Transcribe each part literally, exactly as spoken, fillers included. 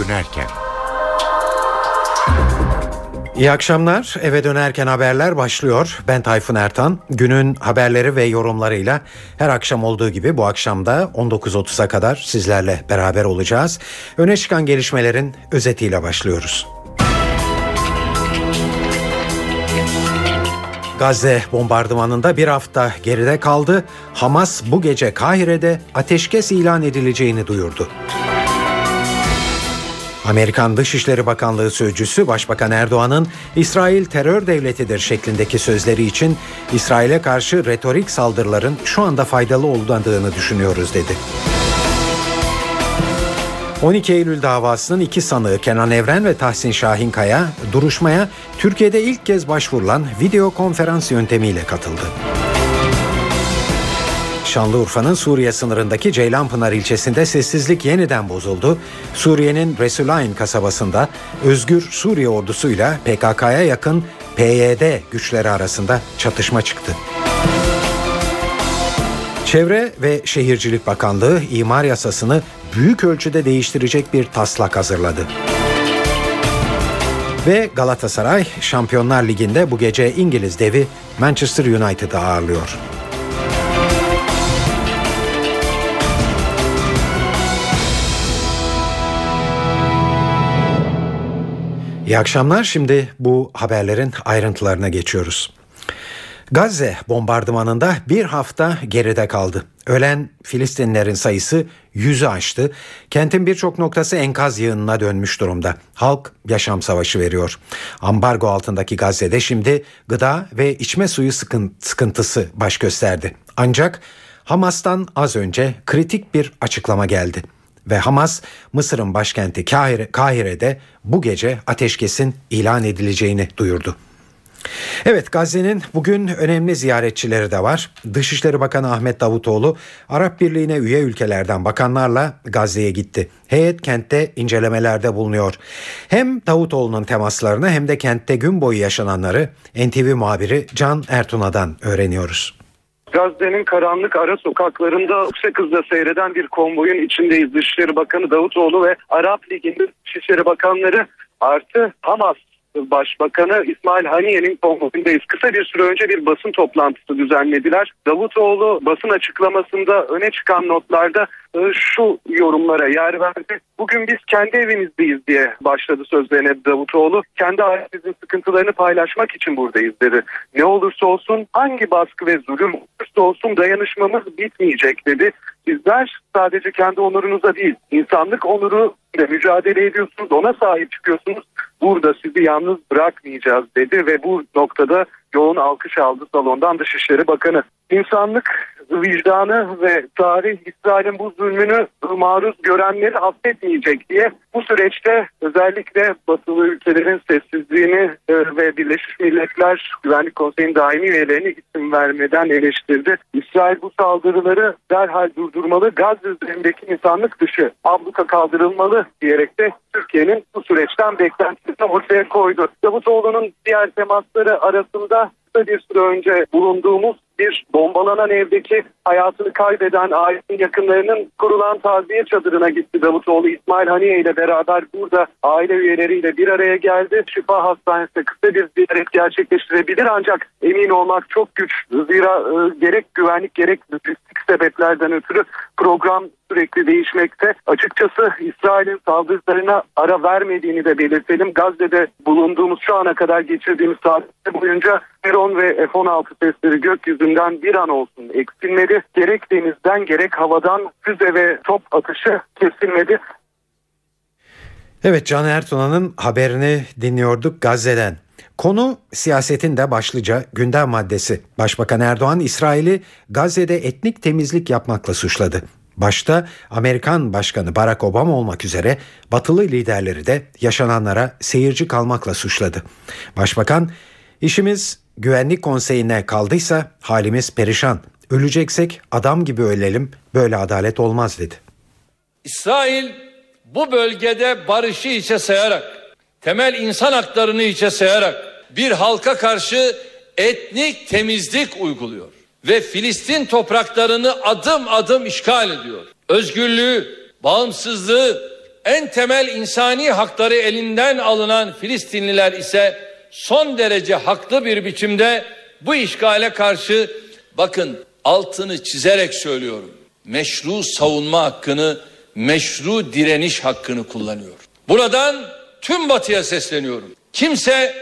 dönerken. İyi akşamlar. Eve dönerken haberler başlıyor. Ben Tayfun Ertan. Günün haberleri ve yorumlarıyla her akşam olduğu gibi bu akşam da on dokuz otuza kadar sizlerle beraber olacağız. Öne çıkan gelişmelerin özetiyle başlıyoruz. Gazze bombardımanında bir hafta geride kaldı. Hamas bu gece Kahire'de ateşkes ilan edileceğini duyurdu. Amerikan Dışişleri Bakanlığı Sözcüsü Başbakan Erdoğan'ın İsrail terör devletidir şeklindeki sözleri için İsrail'e karşı retorik saldırıların şu anda faydalı olmadığını düşünüyoruz dedi. on iki Eylül davasının iki sanığı Kenan Evren ve Tahsin Şahinkaya duruşmaya Türkiye'de ilk kez başvurulan video konferans yöntemiyle katıldı. Şanlıurfa'nın Suriye sınırındaki Ceylanpınar ilçesinde sessizlik yeniden bozuldu. Suriye'nin Resulayn kasabasında Özgür Suriye ordusuyla P K K'ya yakın P Y D güçleri arasında çatışma çıktı. Çevre ve Şehircilik Bakanlığı imar yasasını büyük ölçüde değiştirecek bir taslak hazırladı. Ve Galatasaray Şampiyonlar Ligi'nde bu gece İngiliz devi Manchester United'ı ağırlıyor. İyi akşamlar. Şimdi bu haberlerin ayrıntılarına geçiyoruz. Gazze bombardımanında bir hafta geride kaldı. Ölen Filistinlilerin sayısı yüzü aştı. Kentin birçok noktası enkaz yığınına dönmüş durumda. Halk yaşam savaşı veriyor. Ambargo altındaki Gazze'de şimdi gıda ve içme suyu sıkıntısı baş gösterdi. Ancak Hamas'tan az önce kritik bir açıklama geldi. Ve Hamas, Mısır'ın başkenti Kahire, Kahire'de bu gece ateşkesin ilan edileceğini duyurdu. Evet, Gazze'nin bugün önemli ziyaretçileri de var. Dışişleri Bakanı Ahmet Davutoğlu, Arap Birliği'ne üye ülkelerden bakanlarla Gazze'ye gitti. Heyet kentte incelemelerde bulunuyor. Hem Davutoğlu'nun temaslarını hem de kentte gün boyu yaşananları N T V muhabiri Can Ertuna'dan öğreniyoruz. Gazze'nin karanlık ara sokaklarında yüksek hızla seyreden bir konvoyun içindeyiz. Dışişleri Bakanı Davutoğlu ve Arap Ligi'nin Dışişleri Bakanları artı Hamas Başbakanı İsmail Haniye'nin konvoyundayız. Kısa bir süre önce bir basın toplantısı düzenlediler. Davutoğlu basın açıklamasında öne çıkan notlarda şu yorumlara yer verdi. Bugün biz kendi evimizdeyiz diye başladı sözlerine Davutoğlu. Kendi ailemizin sıkıntılarını paylaşmak için buradayız dedi. Ne olursa olsun, hangi baskı ve zulüm olursa olsun dayanışmamız bitmeyecek dedi. Sizler sadece kendi onurunuza değil, insanlık onuru ile mücadele ediyorsunuz, ona sahip çıkıyorsunuz. Burada sizi yalnız bırakmayacağız dedi ve bu noktada yoğun alkış aldı salondan Dışişleri Bakanı. İnsanlık vicdanı ve tarih İsrail'in bu zulmünü maruz görenleri affetmeyecek diye bu süreçte özellikle batılı ülkelerin sessizliğini e, ve Birleşmiş Milletler Güvenlik Konseyi'nin daimi üyelerine isim vermeden eleştirdi. İsrail bu saldırıları derhal durdurmalı, Gazze üzerindeki insanlık dışı abluka kaldırılmalı diyerek de Türkiye'nin bu süreçten beklentisini ortaya koydu. Davutoğlu'nun diğer temasları arasında bir süre önce bulunduğumuz bir bombalanan evdeki hayatını kaybeden ailenin yakınlarının kurulan taziye çadırına gitti Davutoğlu. İsmail Haniye ile beraber burada aile üyeleriyle bir araya geldi. Şifa Hastanesi'nde kısa bir ziyaret gerçekleştirebilir ancak emin olmak çok güç. Zira e, gerek güvenlik gerek lojistik sebeplerden ötürü program sürekli değişmekte. Açıkçası İsrail'in saldırılarına ara vermediğini de belirtelim. Gazze'de bulunduğumuz şu ana kadar geçirdiğimiz saatler boyunca Heron ve F on altı testleri gökyüzünden bir an olsun eksilmedi. Gerek denizden gerek havadan füze ve top atışı kesilmedi. Evet, Can Ertuna'nın haberini dinliyorduk Gazze'den. Konu siyasetin de başlıca gündem maddesi. Başbakan Erdoğan İsrail'i Gazze'de etnik temizlik yapmakla suçladı. Başta Amerikan Başkanı Barack Obama olmak üzere batılı liderleri de yaşananlara seyirci kalmakla suçladı. Başbakan, "İşimiz Güvenlik Konseyi'ne kaldıysa halimiz perişan. Öleceksek adam gibi ölelim, böyle adalet olmaz" dedi. İsrail bu bölgede barışı içe sayarak, temel insan haklarını içe sayarak bir halka karşı etnik temizlik uyguluyor ve Filistin topraklarını adım adım işgal ediyor. Özgürlüğü, bağımsızlığı, en temel insani hakları elinden alınan Filistinliler ise son derece haklı bir biçimde bu işgale karşı, bakın altını çizerek söylüyorum, meşru savunma hakkını, meşru direniş hakkını kullanıyor. Buradan tüm Batı'ya sesleniyorum. Kimse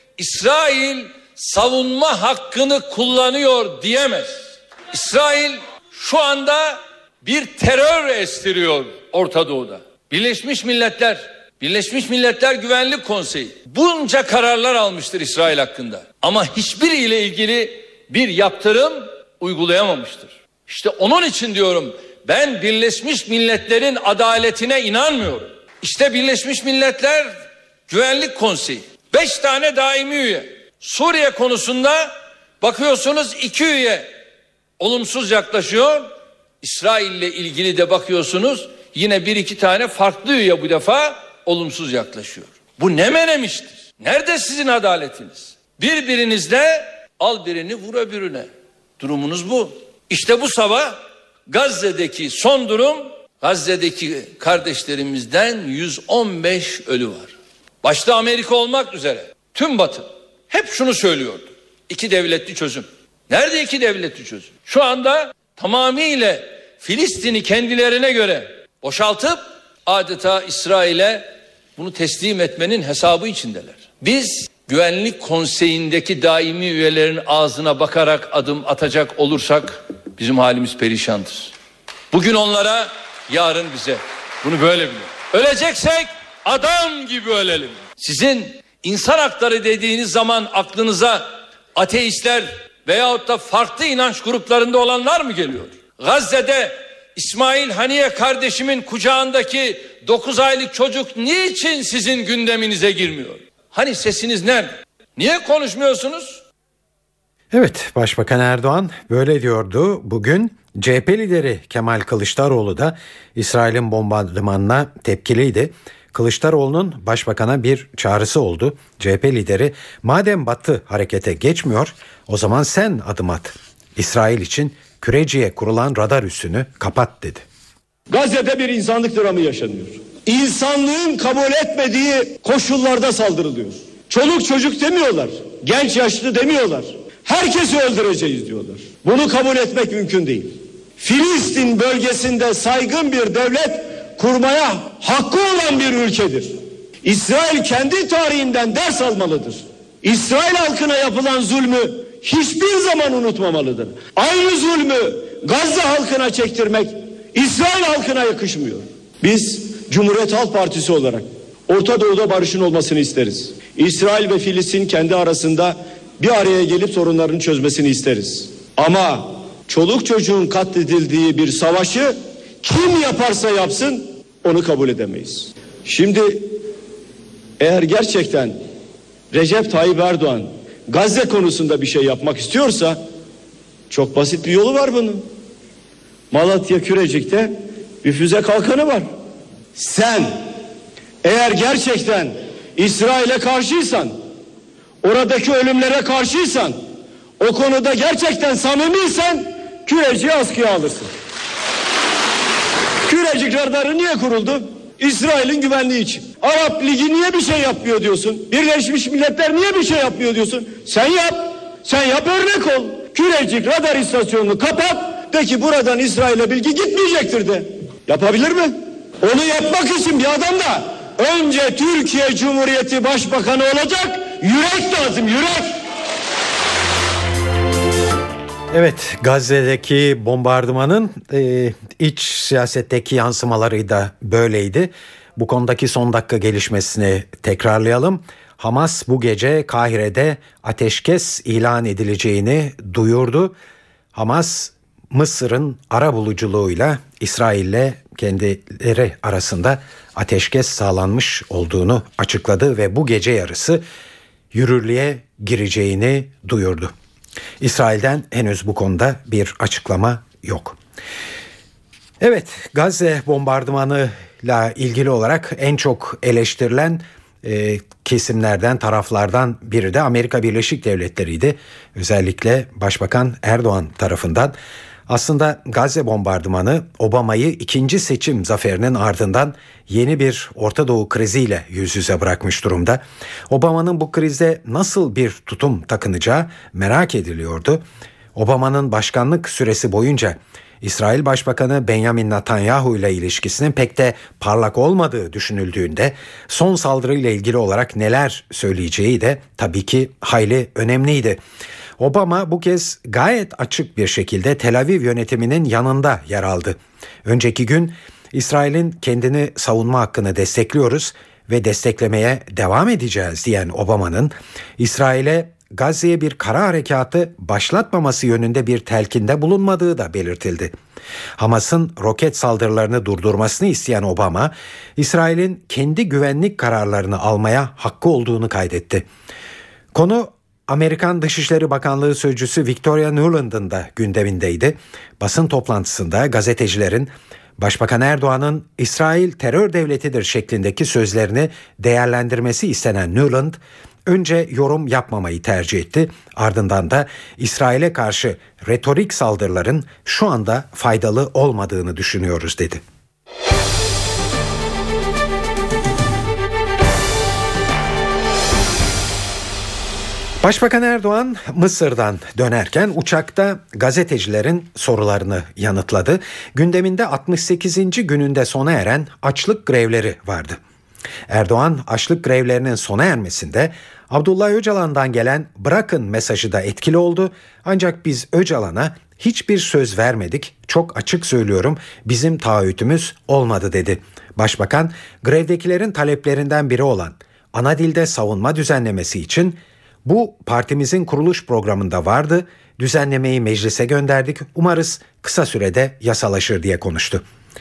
İsrail savunma hakkını kullanıyor diyemez. İsrail şu anda bir terör estiriyor Orta Doğu'da. Birleşmiş Milletler, Birleşmiş Milletler Güvenlik Konseyi bunca kararlar almıştır İsrail hakkında. Ama hiçbiriyle ilgili bir yaptırım uygulayamamıştır. İşte onun için diyorum, ben Birleşmiş Milletler'in adaletine inanmıyorum. İşte Birleşmiş Milletler Güvenlik Konseyi beş tane daimi üye. Suriye konusunda bakıyorsunuz iki üye olumsuz yaklaşıyor. İsrail ile ilgili de bakıyorsunuz yine bir iki tane farklı üye bu defa olumsuz yaklaşıyor. Bu ne menemiştir? Nerede sizin adaletiniz? Birbirinizle al birini vur öbürüne. Durumunuz bu. İşte bu sabah Gazze'deki son durum, Gazze'deki kardeşlerimizden yüz on beş ölü var. Başta Amerika olmak üzere tüm Batı hep şunu söylüyordu. İki devletli çözüm. Nerede iki devletli çözüm? Şu anda tamamıyla Filistin'i kendilerine göre boşaltıp adeta İsrail'e bunu teslim etmenin hesabı içindeler. Biz Güvenlik Konseyi'ndeki daimi üyelerin ağzına bakarak adım atacak olursak bizim halimiz perişandır. Bugün onlara, yarın bize. Bunu böyle bilin. Öleceksek adam gibi ölelim. Sizin insan hakları dediğiniz zaman aklınıza ateistler veyahut da farklı inanç gruplarında olanlar mı geliyor? Gazze'de İsmail Haniye kardeşimin kucağındaki dokuz aylık çocuk niçin sizin gündeminize girmiyor? Hani sesiniz nerede? Niye konuşmuyorsunuz? Evet, Başbakan Erdoğan böyle diyordu. Bugün C H P lideri Kemal Kılıçdaroğlu da İsrail'in bombardımanına tepkiliydi. Kılıçdaroğlu'nun başbakana bir çağrısı oldu. C H P lideri, madem Batı harekete geçmiyor, o zaman sen adım at. İsrail için Küreciye kurulan radar üssünü kapat dedi. Gazze'de bir insanlık dramı yaşanıyor. İnsanlığın kabul etmediği koşullarda saldırılıyor. Çoluk çocuk demiyorlar, genç yaşlı demiyorlar. Herkesi öldüreceğiz diyorlar. Bunu kabul etmek mümkün değil. Filistin bölgesinde saygın bir devlet kurmaya hakkı olan bir ülkedir. İsrail kendi tarihinden ders almalıdır. İsrail halkına yapılan zulmü hiçbir zaman unutmamalıdır. Aynı zulmü Gazze halkına çektirmek İsrail halkına yakışmıyor. Biz Cumhuriyet Halk Partisi olarak Orta Doğu'da barışın olmasını isteriz. İsrail ve Filistin kendi arasında bir araya gelip sorunlarını çözmesini isteriz. Ama çoluk çocuğun katledildiği bir savaşı kim yaparsa yapsın onu kabul edemeyiz. Şimdi eğer gerçekten Recep Tayyip Erdoğan Gazze konusunda bir şey yapmak istiyorsa çok basit bir yolu var bunun. Malatya Kürecik'te bir füze kalkanı var. Sen eğer gerçekten İsrail'e karşıysan, oradaki ölümlere karşıysan, o konuda gerçekten samimiysen Kürecik'i askıya alırsın. Kürecik radarı niye kuruldu? İsrail'in güvenliği için. Arap Ligi niye bir şey yapmıyor diyorsun? Birleşmiş Milletler niye bir şey yapmıyor diyorsun? Sen yap. Sen yap, örnek ol. Kürecik radar istasyonunu kapat. De ki buradan İsrail'e bilgi gitmeyecektir de. Yapabilir mi? Onu yapmak için bir adam da önce Türkiye Cumhuriyeti Başbakanı olacak yürek lazım, yürek. Evet, Gazze'deki bombardımanın e, iç siyasetteki yansımaları da böyleydi. Bu konudaki son dakika gelişmesini tekrarlayalım. Hamas bu gece Kahire'de ateşkes ilan edileceğini duyurdu. Hamas, Mısır'ın arabuluculuğuyla İsrail'le kendileri arasında ateşkes sağlanmış olduğunu açıkladı ve bu gece yarısı yürürlüğe gireceğini duyurdu. İsrail'den henüz bu konuda bir açıklama yok. Evet, Gazze bombardımanıyla ilgili olarak en çok eleştirilen e, kesimlerden, taraflardan biri de Amerika Birleşik Devletleri'ydi. Özellikle Başbakan Erdoğan tarafından. Aslında Gazze bombardımanı Obama'yı ikinci seçim zaferinin ardından yeni bir Orta Doğu kriziyle yüz yüze bırakmış durumda. Obama'nın bu krizde nasıl bir tutum takınacağı merak ediliyordu. Obama'nın başkanlık süresi boyunca İsrail Başbakanı Benjamin Netanyahu ile ilişkisinin pek de parlak olmadığı düşünüldüğünde son saldırıyla ilgili olarak neler söyleyeceği de tabii ki hayli önemliydi. Obama bu kez gayet açık bir şekilde Tel Aviv yönetiminin yanında yer aldı. Önceki gün İsrail'in kendini savunma hakkını destekliyoruz ve desteklemeye devam edeceğiz diyen Obama'nın İsrail'e Gazze'ye bir kara harekatı başlatmaması yönünde bir telkinde bulunmadığı da belirtildi. Hamas'ın roket saldırılarını durdurmasını isteyen Obama, İsrail'in kendi güvenlik kararlarını almaya hakkı olduğunu kaydetti. Konu Amerikan Dışişleri Bakanlığı Sözcüsü Victoria Nuland'ın da gündemindeydi. Basın toplantısında gazetecilerin Başbakan Erdoğan'ın İsrail terör devletidir şeklindeki sözlerini değerlendirmesi istenen Nuland, önce yorum yapmamayı tercih etti. Ardından da İsrail'e karşı retorik saldırıların şu anda faydalı olmadığını düşünüyoruz dedi. Başbakan Erdoğan Mısır'dan dönerken uçakta gazetecilerin sorularını yanıtladı. Gündeminde altmış sekizinci gününde sona eren açlık grevleri vardı. Erdoğan açlık grevlerinin sona ermesinde Abdullah Öcalan'dan gelen bırakın mesajı da etkili oldu. Ancak biz Öcalan'a hiçbir söz vermedik, çok açık söylüyorum, bizim taahhütümüz olmadı dedi. Başbakan grevdekilerin taleplerinden biri olan ana dilde savunma düzenlemesi için bu partimizin kuruluş programında vardı, düzenlemeyi meclise gönderdik, umarız kısa sürede yasalaşır diye konuştu.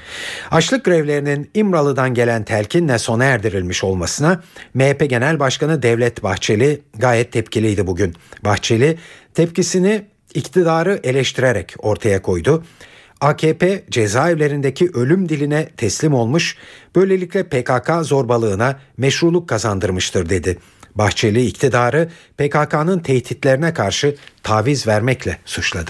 Açlık grevlerinin İmralı'dan gelen telkinle sona erdirilmiş olmasına M H P Genel Başkanı Devlet Bahçeli gayet tepkiliydi bugün. Bahçeli tepkisini iktidarı eleştirerek ortaya koydu. A K P cezaevlerindeki ölüm diline teslim olmuş, böylelikle P K K zorbalığına meşruluk kazandırmıştır dedi. Bahçeli iktidarı P K K'nın tehditlerine karşı taviz vermekle suçladı.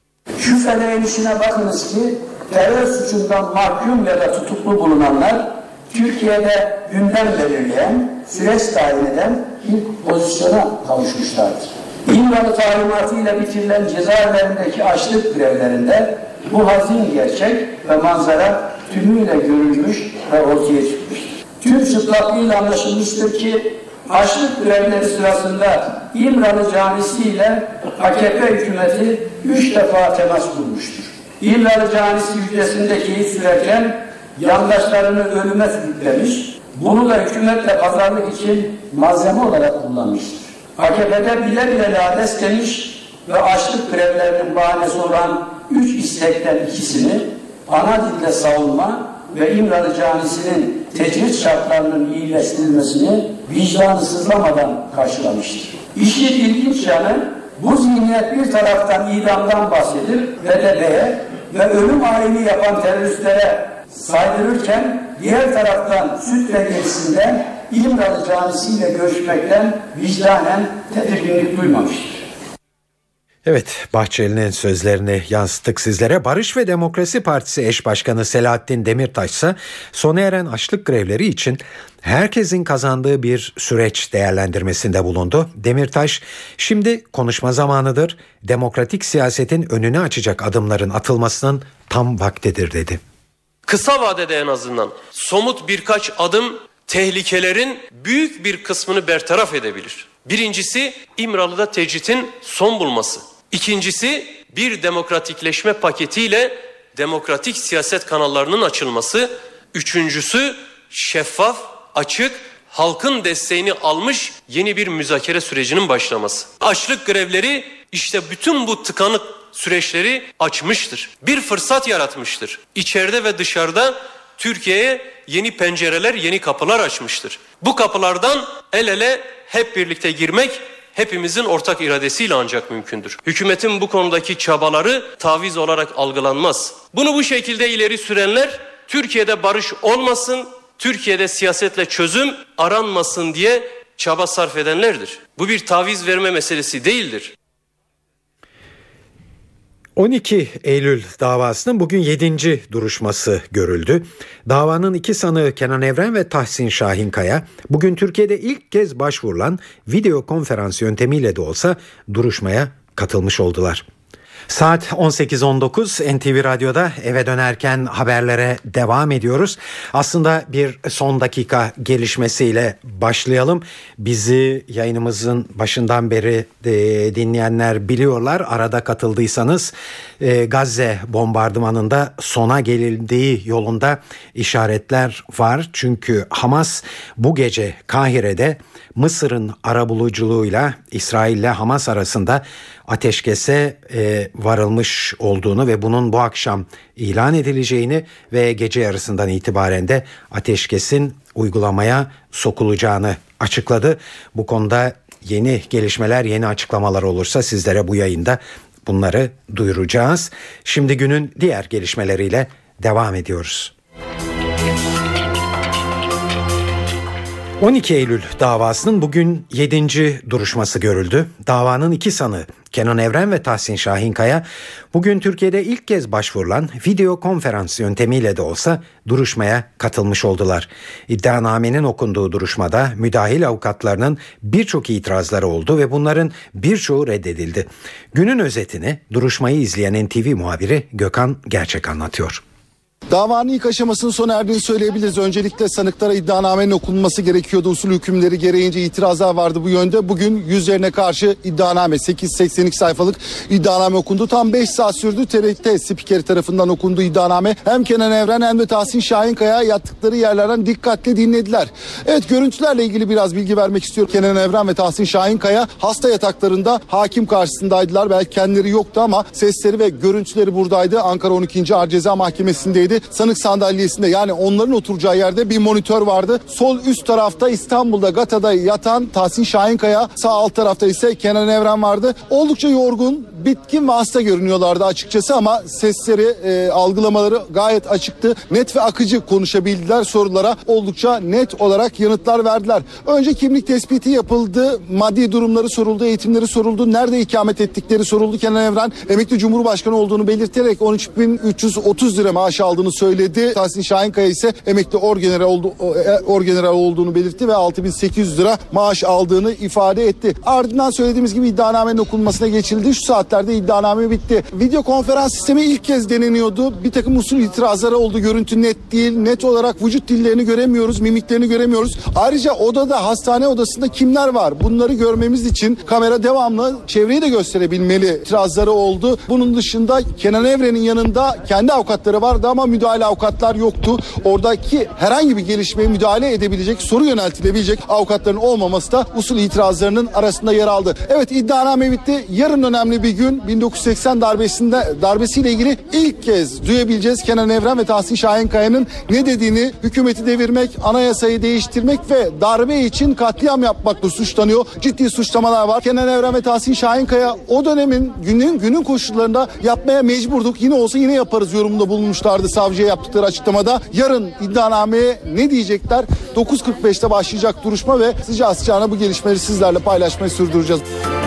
Şu feleğin işine bakınız ki terör suçundan mahkum ya da tutuklu bulunanlar Türkiye'de gündem belirleyen, süreç tayin eden bir pozisyona kavuşmuşlardır. İmralı talimatıyla bitirilen cezaevlerindeki açlık grevlerinde bu hazin gerçek ve manzara tümüyle görülmüş ve ortaya çıkmıştır. Tüm çıplaklığıyla anlaşılmıştır ki açlık grevleri sırasında İmralı canisiyle A K P hükümeti üç defa temas kurmuştur. İmralı canisi hücresinde keyif sürerken yandaşlarını ölüme sürüklemiş, bunu da hükümetle pazarlık için malzeme olarak kullanmıştır. A K P'de bile bile lades demiş ve açlık grevlerinin bahanesi olan üç istekten ikisini ana dilde savunma ve İmralı canisinin tecrit şartlarının iyileştirilmesini vicdanı sızlamadan karşılamıştır. İşin ilginç yanı bu zihniyet bir taraftan idamdan bahsedir ve de B'ye ve ölüm ayini yapan teröristlere saydırırken diğer taraftan süt ve gerisinden İmralı canisiyle görüşmekten vicdanen tedirginlik duymamıştır. Evet, Bahçeli'nin sözlerini yansıttık sizlere. Barış ve Demokrasi Partisi eş başkanı Selahattin Demirtaş ise sona eren açlık grevleri için herkesin kazandığı bir süreç değerlendirmesinde bulundu. Demirtaş, şimdi konuşma zamanıdır, demokratik siyasetin önünü açacak adımların atılmasının tam vaktidir dedi. Kısa vadede en azından somut birkaç adım tehlikelerin büyük bir kısmını bertaraf edebilir. Birincisi İmralı'da tecritin son bulması. İkincisi bir demokratikleşme paketiyle demokratik siyaset kanallarının açılması. Üçüncüsü şeffaf, açık, halkın desteğini almış yeni bir müzakere sürecinin başlaması. Açlık grevleri işte bütün bu tıkanık süreçleri açmıştır. Bir fırsat yaratmıştır. İçeride ve dışarıda Türkiye'ye yeni pencereler, yeni kapılar açmıştır. Bu kapılardan el ele hep birlikte girmek hepimizin ortak iradesiyle ancak mümkündür. Hükümetin bu konudaki çabaları taviz olarak algılanmaz. Bunu bu şekilde ileri sürenler Türkiye'de barış olmasın, Türkiye'de siyasetle çözüm aranmasın diye çaba sarf edenlerdir. Bu bir taviz verme meselesi değildir. on iki Eylül davasının bugün yedinci duruşması görüldü. Davanın iki sanığı Kenan Evren ve Tahsin Şahinkaya bugün Türkiye'de ilk kez başvurulan video konferans yöntemiyle de olsa duruşmaya katılmış oldular. Saat on sekiz on dokuz N T V Radyo'da eve dönerken haberlere devam ediyoruz. Aslında bir son dakika gelişmesiyle başlayalım. Bizi yayınımızın başından beri e, dinleyenler biliyorlar. Arada katıldıysanız e, Gazze bombardımanında sona gelindiği yolunda işaretler var. Çünkü Hamas bu gece Kahire'de Mısır'ın arabuluculuğuyla İsrail ile Hamas arasında ateşkese e, varılmış olduğunu ve bunun bu akşam ilan edileceğini ve gece yarısından itibaren de ateşkesin uygulamaya sokulacağını açıkladı. Bu konuda yeni gelişmeler, yeni açıklamalar olursa sizlere bu yayında bunları duyuracağız. Şimdi günün diğer gelişmeleriyle devam ediyoruz. on iki Eylül davasının bugün yedinci duruşması görüldü. Davanın iki sanığı Kenan Evren ve Tahsin Şahinkaya bugün Türkiye'de ilk kez başvurulan video konferans yöntemiyle de olsa duruşmaya katılmış oldular. İddianamenin okunduğu duruşmada müdahil avukatlarının birçok itirazları oldu ve bunların birçoğu reddedildi. Günün özetini duruşmayı izleyen N T V muhabiri Gökhan Gerçek anlatıyor. Davanın ilk aşamasının sona erdiğini söyleyebiliriz. Öncelikle sanıklara iddianamenin okunması gerekiyordu. Usul hükümleri gereğince itirazlar vardı bu yönde. Bugün yüzlerine karşı iddianame sekiz yüz seksen iki sayfalık iddianame okundu. Tam beş saat sürdü. T R T spikeri tarafından okundu iddianame. Hem Kenan Evren hem de Tahsin Şahinkaya yattıkları yerlerden dikkatle dinlediler. Evet, görüntülerle ilgili biraz bilgi vermek istiyorum. Kenan Evren ve Tahsin Şahinkaya hasta yataklarında hakim karşısındaydılar. Belki kendileri yoktu ama sesleri ve görüntüleri buradaydı. Ankara on ikinci Ağır Ceza Mahkemesi'ndeydi. Sanık sandalyesinde, yani onların oturacağı yerde bir monitör vardı. Sol üst tarafta İstanbul'da Gata'da yatan Tahsin Şahinkaya, sağ alt tarafta ise Kenan Evren vardı. Oldukça yorgun, bitkin ve hasta görünüyorlardı açıkçası ama sesleri, e, algılamaları gayet açıktı. Net ve akıcı konuşabildiler. Sorulara oldukça net olarak yanıtlar verdiler. Önce kimlik tespiti yapıldı. Maddi durumları soruldu, eğitimleri soruldu. Nerede ikamet ettikleri soruldu. Kenan Evren emekli Cumhurbaşkanı olduğunu belirterek on üç bin üç yüz otuz lira maaş aldığını söyledi. Tahsin Şahinkaya ise emekli orgeneral, oldu, orgeneral olduğunu belirtti ve altı bin sekiz yüz lira maaş aldığını ifade etti. Ardından söylediğimiz gibi iddianamenin okunmasına geçildi. Şu saatlerde iddianame bitti. Video konferans sistemi ilk kez deneniyordu. Bir takım usul itirazları oldu. Görüntü net değil. Net olarak vücut dillerini göremiyoruz. Mimiklerini göremiyoruz. Ayrıca odada, hastane odasında kimler var? Bunları görmemiz için kamera devamlı çevreyi de gösterebilmeli itirazları oldu. Bunun dışında Kenan Evren'in yanında kendi avukatları vardı ama müdahale avukatlar yoktu. Oradaki herhangi bir gelişmeye müdahale edebilecek, soru yöneltilebilecek avukatların olmaması da usul itirazlarının arasında yer aldı. Evet, iddianame bitti. Yarın önemli bir gün. bin dokuz yüz seksen darbesinde darbesiyle ilgili ilk kez duyabileceğiz Kenan Evren ve Tahsin Şahinkaya'nın ne dediğini. Hükümeti devirmek, anayasayı değiştirmek ve darbe için katliam yapmakla suçlanıyor. Ciddi suçlamalar var. Kenan Evren ve Tahsin Şahinkaya o dönemin günün günün koşullarında yapmaya mecburduk. Yine olsa yine yaparız yorumunda bulunmuşlardı savcıya yaptıkları açıklamada. Yarın iddianameye ne diyecekler? dokuz kırk beşte başlayacak duruşma ve sıcağı sıcağına bu gelişmeleri sizlerle paylaşmayı sürdüreceğiz.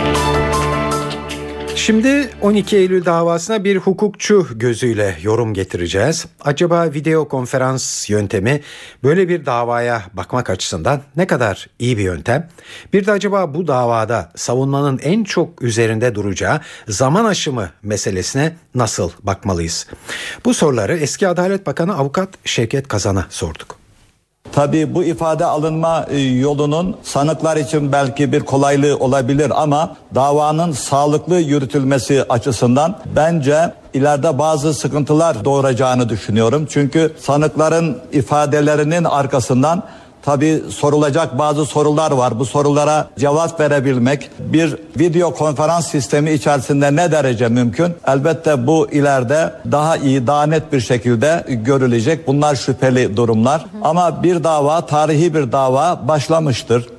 Şimdi on iki Eylül davasına bir hukukçu gözüyle yorum getireceğiz. Acaba video konferans yöntemi böyle bir davaya bakmak açısından ne kadar iyi bir yöntem? Bir de acaba bu davada savunmanın en çok üzerinde duracağı zaman aşımı meselesine nasıl bakmalıyız? Bu soruları eski Adalet Bakanı Avukat Şevket Kazan'a sorduk. Tabii bu ifade alınma yolunun sanıklar için belki bir kolaylığı olabilir ama davanın sağlıklı yürütülmesi açısından bence ileride bazı sıkıntılar doğuracağını düşünüyorum. Çünkü sanıkların ifadelerinin arkasından tabii sorulacak bazı sorular var. Bu sorulara cevap verebilmek bir video konferans sistemi içerisinde ne derece mümkün? Elbette bu ileride daha iyi, daha net bir şekilde görülecek. Bunlar şüpheli durumlar. Ama bir dava, tarihi bir dava başlamıştır.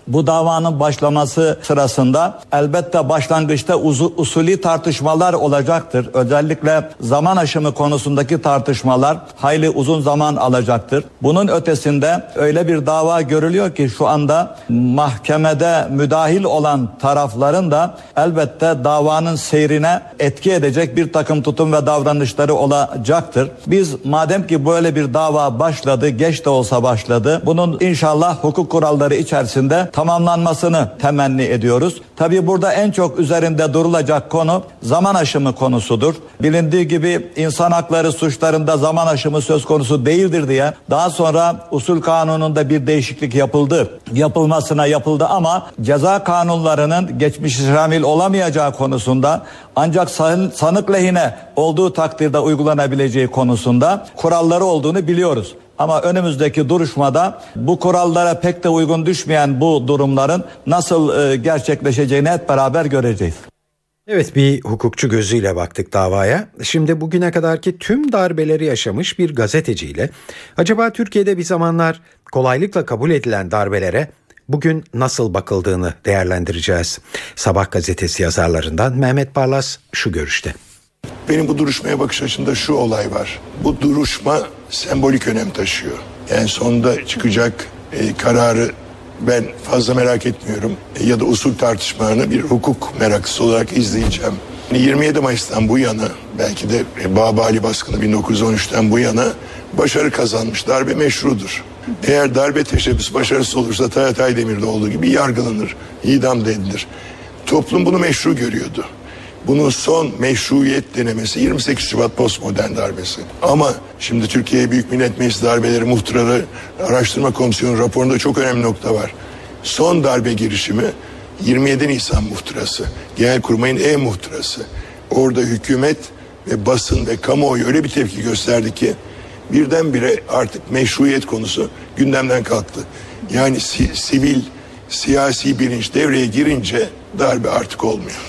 Bu davanın başlaması sırasında elbette başlangıçta uzu, usulü tartışmalar olacaktır. Özellikle zaman aşımı konusundaki tartışmalar hayli uzun zaman alacaktır. Bunun ötesinde öyle bir dava görülüyor ki şu anda mahkemede müdahil olan tarafların da elbette davanın seyrine etki edecek bir takım tutum ve davranışları olacaktır. Biz madem ki böyle bir dava başladı, geç de olsa başladı, bunun inşallah hukuk kuralları içerisinde tamamlanmasını temenni ediyoruz. Tabii burada en çok üzerinde durulacak konu zaman aşımı konusudur. Bilindiği gibi insan hakları suçlarında zaman aşımı söz konusu değildir diye daha sonra usul kanununda bir değişiklik yapıldı. Yapılmasına yapıldı ama ceza kanunlarının geçmişi şamil olamayacağı konusunda ancak sanık lehine olduğu takdirde uygulanabileceği konusunda kuralları olduğunu biliyoruz. Ama önümüzdeki duruşmada bu kurallara pek de uygun düşmeyen bu durumların nasıl e, gerçekleşeceğini hep beraber göreceğiz. Evet, bir hukukçu gözüyle baktık davaya. Şimdi bugüne kadarki tüm darbeleri yaşamış bir gazeteciyle acaba Türkiye'de bir zamanlar kolaylıkla kabul edilen darbelere bugün nasıl bakıldığını değerlendireceğiz. Sabah gazetesi yazarlarından Mehmet Barlas şu görüşte. Benim bu duruşmaya bakış açımda şu olay var. Bu duruşma sembolik önem taşıyor. Yani sonunda çıkacak e, kararı ben fazla merak etmiyorum. E, ya da usul tartışmalarını bir hukuk meraklısı olarak izleyeceğim. yirmi yedi Mayıs'tan bu yana, belki de e, Babali baskını bin dokuz yüz on üçten bu yana başarı kazanmış. Darbe meşrudur. Eğer darbe teşebbüsü başarısız olursa Tayyip Aydemir'de olduğu gibi yargılanır, idam da edilir. Toplum bunu meşru görüyordu. Bunun son meşruiyet denemesi yirmi sekiz Şubat postmodern darbesi. Ama şimdi Türkiye Büyük Millet Meclisi Darbeleri Muhtıraları Araştırma Komisyonu raporunda çok önemli nokta var. Son darbe girişimi yirmi yedi Nisan muhtırası. Genelkurmay'ın e-muhtırası. Orada hükümet ve basın ve kamuoyu öyle bir tepki gösterdi ki birdenbire artık meşruiyet konusu gündemden kalktı. Yani si- sivil, siyasi bilinç devreye girince darbe artık olmuyor.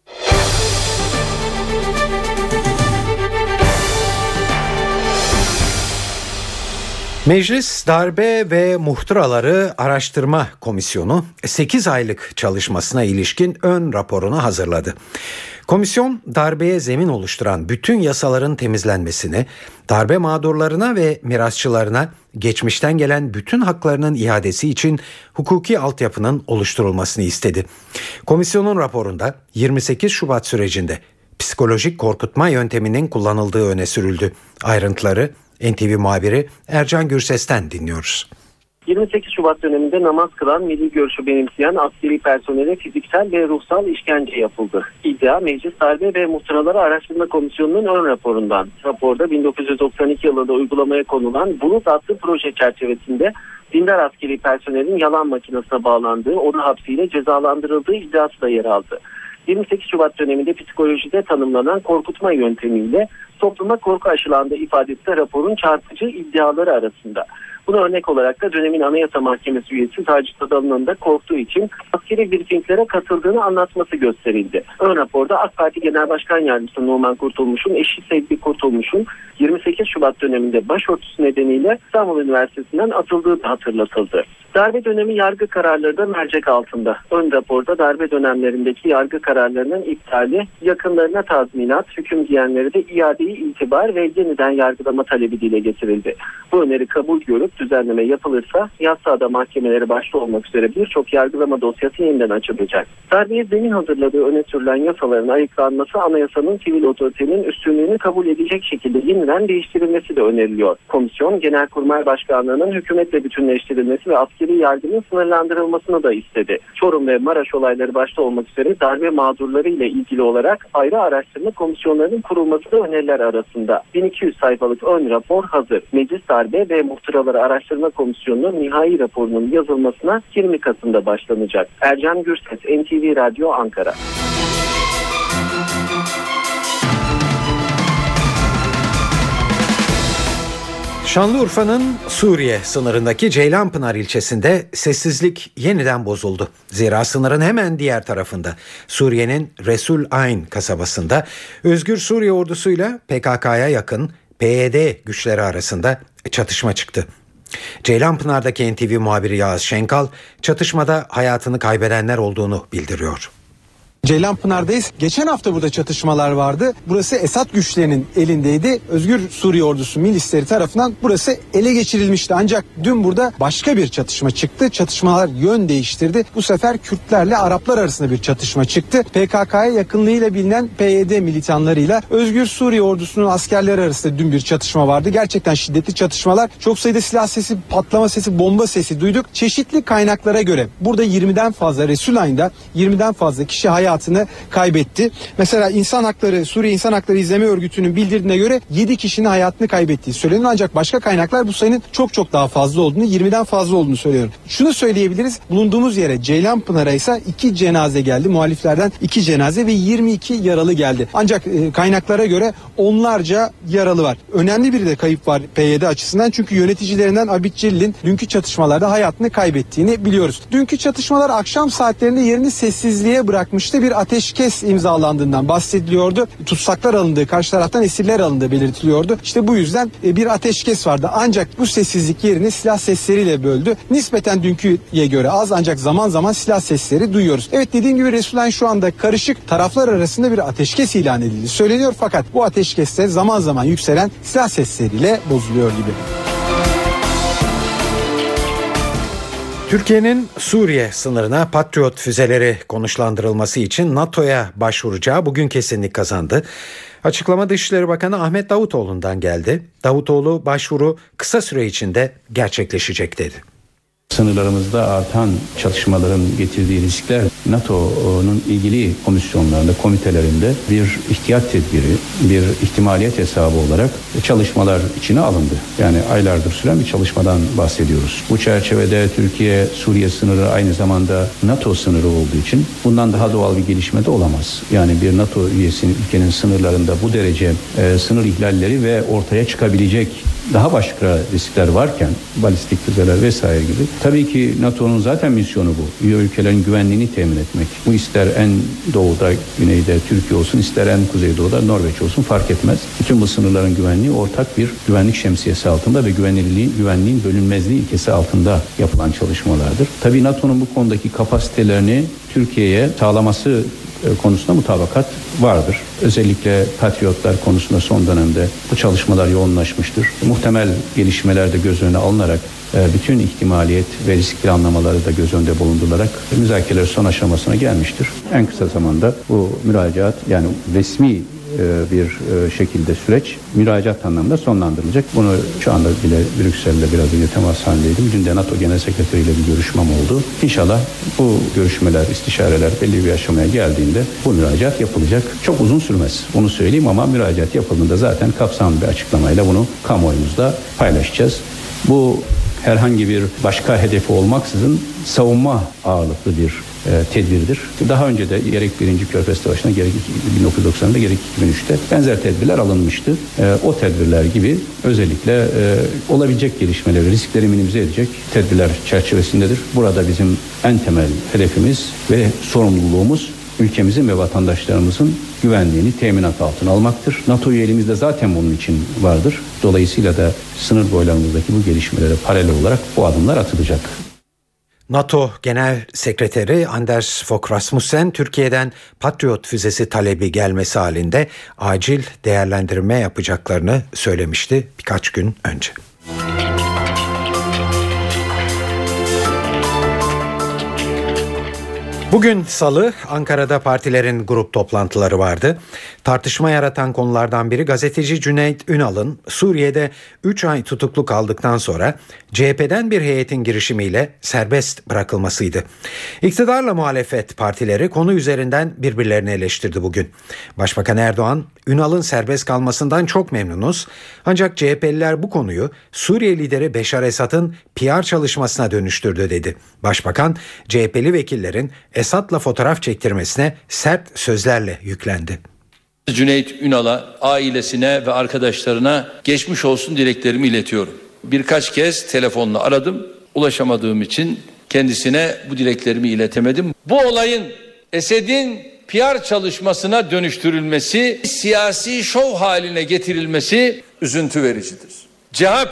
Meclis Darbe ve Muhtıraları Araştırma Komisyonu sekiz aylık çalışmasına ilişkin ön raporunu hazırladı. Komisyon darbeye zemin oluşturan bütün yasaların temizlenmesini, darbe mağdurlarına ve mirasçılarına geçmişten gelen bütün haklarının iadesi için hukuki altyapının oluşturulmasını istedi. Komisyonun raporunda yirmi sekiz Şubat sürecinde psikolojik korkutma yönteminin kullanıldığı öne sürüldü. Ayrıntıları N T V muhabiri Ercan Gürses'ten dinliyoruz. yirmi sekiz Şubat döneminde namaz kılan, milli görüşü benimseyen askeri personele fiziksel ve ruhsal işkence yapıldı. İddia Meclis Darbe ve Muhtıraları Araştırma Komisyonu'nun ön raporundan. Raporda bin dokuz yüz doksan iki yılında uygulamaya konulan Bulut adlı proje çerçevesinde dindar askeri personelin yalan makinesine bağlandığı, onu hapsiyle cezalandırıldığı iddiası da yer aldı. yirmi sekiz Şubat döneminde psikolojide tanımlanan korkutma yöntemiyle topluma korku aşılandığı ifadesi de raporun çarpıcı iddiaları arasında. Buna örnek olarak da dönemin Anayasa Mahkemesi üyesi Taci Tadal'ın da korktuğu için askeri briefinglere katıldığını anlatması gösterildi. Ön raporda AK Parti Genel Başkan Yardımcısı Numan Kurtulmuş'un eşi Sevgi Kurtulmuş'un yirmi sekiz Şubat döneminde başörtüsü nedeniyle İstanbul Üniversitesi'nden atıldığı da hatırlatıldı. Darbe dönemi yargı kararları da mercek altında. Ön raporda darbe dönemlerindeki yargı kararlarının iptali, yakınlarına tazminat, hüküm giyenlere de iadeyi itibar ve yeniden yargılama talebi dile getirildi. Bu öneri kabul görüp düzenleme yapılırsa yasada mahkemeleri başta olmak üzere birçok yargılama dosyası yeniden açılacak. Darbeye zemin hazırladığı öne sürülen yasaların ayıklanması, anayasanın sivil otoritenin üstünlüğünü kabul edecek şekilde yeniden değiştirilmesi de öneriliyor. Komisyon, Genelkurmay Başkanlığı'nın hükümetle bütünleştirilmesi ve askeri yargının sınırlandırılmasını da istedi. Çorum ve Maraş olayları başta olmak üzere darbe mağdurları ile ilgili olarak ayrı araştırma komisyonlarının kurulması da öneriler arasında. bin iki yüz sayfalık ön rapor hazır. Meclis Darbe ve Muhtıraları Araştırma Komisyonu'nun nihai raporunun yazılmasına yirmi Kasım'da başlanacak. Ercan Gürses, N T V Radyo, Ankara. Şanlıurfa'nın Suriye sınırındaki Ceylanpınar ilçesinde sessizlik yeniden bozuldu. Zira sınırın hemen diğer tarafında Suriye'nin Resul Ayn kasabasında Özgür Suriye ordusuyla P K K'ya yakın P Y D güçleri arasında çatışma çıktı. Ceylanpınar'daki N T V muhabiri Yağız Şenkal çatışmada hayatını kaybedenler olduğunu bildiriyor. Ceylanpınar'dayız. Geçen hafta burada çatışmalar vardı. Burası Esad güçlerinin elindeydi. Özgür Suriye Ordusu milisleri tarafından burası ele geçirilmişti. Ancak dün burada başka bir çatışma çıktı. Çatışmalar yön değiştirdi. Bu sefer Kürtlerle Araplar arasında bir çatışma çıktı. P K K'ya yakınlığıyla bilinen P Y D militanlarıyla Özgür Suriye Ordusu'nun askerleri arasında dün bir çatışma vardı. Gerçekten şiddetli çatışmalar. Çok sayıda silah sesi, patlama sesi, bomba sesi duyduk. Çeşitli kaynaklara göre burada yirmiden fazla, Resulayn'da yirmiden fazla kişi hayatını kaybetti. Mesela İnsan Hakları, Suriye İnsan Hakları İzleme Örgütü'nün bildirdiğine göre yedi kişinin hayatını kaybettiği söyleniyor. Ancak başka kaynaklar bu sayının çok çok daha fazla olduğunu, yirmiden fazla olduğunu söylüyor. Şunu söyleyebiliriz. Bulunduğumuz yere Ceylanpınar'a ise iki cenaze geldi. Muhaliflerden iki cenaze ve yirmi iki yaralı geldi. Ancak e, kaynaklara göre onlarca yaralı var. Önemli bir de kayıp var P Y D açısından. Çünkü yöneticilerinden Abid Celil'in dünkü çatışmalarda hayatını kaybettiğini biliyoruz. Dünkü çatışmalar akşam saatlerinde yerini sessizliğe bırakmıştı. Bir ateşkes imzalandığından bahsediliyordu. Tutsaklar alındığı, karşı taraftan esirler alındığı belirtiliyordu. İşte bu yüzden bir ateşkes vardı. Ancak bu sessizlik yerini silah sesleriyle böldü. Nispeten dünküye göre az, ancak zaman zaman silah sesleri duyuyoruz. Evet, dediğim gibi Resulayn şu anda karışık. Taraflar arasında bir ateşkes ilan edildi söyleniyor. Fakat bu ateşkeste zaman zaman yükselen silah sesleriyle bozuluyor gibi. Türkiye'nin Suriye sınırına Patriot füzeleri konuşlandırılması için NATO'ya başvuracağı bugün kesinlik kazandı. Açıklama Dışişleri Bakanı Ahmet Davutoğlu'ndan geldi. Davutoğlu başvuru kısa süre içinde gerçekleşecek dedi. Sınırlarımızda artan çatışmaların getirdiği riskler NATO'nun ilgili komisyonlarında, komitelerinde bir ihtiyat tedbiri, bir ihtimaliyet hesabı olarak çalışmalar içine alındı. Yani aylardır süren bir çalışmadan bahsediyoruz. Bu çerçevede Türkiye-Suriye sınırı aynı zamanda NATO sınırı olduğu için bundan daha doğal bir gelişme de olamaz. Yani bir NATO üyesi ülkenin sınırlarında bu derece e, sınır ihlalleri ve ortaya çıkabilecek daha başka riskler varken, balistik füzeler vesaire gibi, tabii ki NATO'nun zaten misyonu bu. Üye ülkelerin güvenliğini temin etmek. Bu ister en doğuda, güneyde Türkiye olsun, ister en kuzeydoğuda Norveç olsun, fark etmez. Bütün bu sınırların güvenliği ortak bir güvenlik şemsiyesi altında ve güvenilirliğin, güvenliğin bölünmezliği ilkesi altında yapılan çalışmalardır. Tabii NATO'nun bu konudaki kapasitelerini Türkiye'ye sağlaması konusunda mutabakat vardır. Özellikle Patriotlar konusunda son dönemde bu çalışmalar yoğunlaşmıştır. Muhtemel gelişmeler de göz önüne alınarak bütün ihtimaliyet ve risk planlamaları da göz önünde bulundurularak müzakereler son aşamasına gelmiştir. En kısa zamanda bu müracaat, yani resmi bir şekilde süreç müracaat anlamında sonlandırılacak. Bunu şu anda bile Brüksel'de biraz önce temas halindeydim. Dün de NATO Genel Sekreteri ile bir görüşmem oldu. İnşallah bu görüşmeler, istişareler belli bir aşamaya geldiğinde bu müracaat yapılacak. Çok uzun sürmez, onu söyleyeyim, ama müracaat yapıldığında zaten kapsamlı bir açıklamayla bunu kamuoyumuzda paylaşacağız. Bu herhangi bir başka hedefi olmaksızın savunma ağırlıklı bir e, tedbirdir. Daha önce de gerek birinci Körfez Savaşı'nda, gerek bin dokuz yüz doksan'da, gerek iki bin üç'te benzer tedbirler alınmıştı. E, o tedbirler gibi özellikle e, olabilecek gelişmeleri, riskleri minimize edecek tedbirler çerçevesindedir. Burada bizim en temel hedefimiz ve sorumluluğumuz ülkemizin ve vatandaşlarımızın güvenliğini teminat altına almaktır. NATO üyeliğimizde zaten bunun için vardır. Dolayısıyla da sınır boylarımızdaki bu gelişmelere paralel olarak bu adımlar atılacak. NATO Genel Sekreteri Anders Fogh Rasmussen, Türkiye'den Patriot füzesi talebi gelmesi halinde acil değerlendirme yapacaklarını söylemişti birkaç gün önce. Bugün Salı, Ankara'da partilerin grup toplantıları vardı. Tartışma yaratan konulardan biri gazeteci Cüneyt Ünal'ın Suriye'de üç ay tutuklu kaldıktan sonra C H P'den bir heyetin girişimiyle serbest bırakılmasıydı. İktidarla muhalefet partileri konu üzerinden birbirlerini eleştirdi bugün. Başbakan Erdoğan, Ünal'ın serbest kalmasından çok memnunuz. Ancak C H P'liler bu konuyu Suriye lideri Beşar Esad'ın P R çalışmasına dönüştürdü dedi. Başbakan, C H P'li vekillerin Esad'la fotoğraf çektirmesine sert sözlerle yüklendi. Cüneyt Ünal'a, ailesine ve arkadaşlarına geçmiş olsun dileklerimi iletiyorum. Birkaç kez telefonla aradım. Ulaşamadığım için kendisine bu dileklerimi iletemedim. Bu olayın Esed'in P R çalışmasına dönüştürülmesi, siyasi şov haline getirilmesi üzüntü vericidir. C H P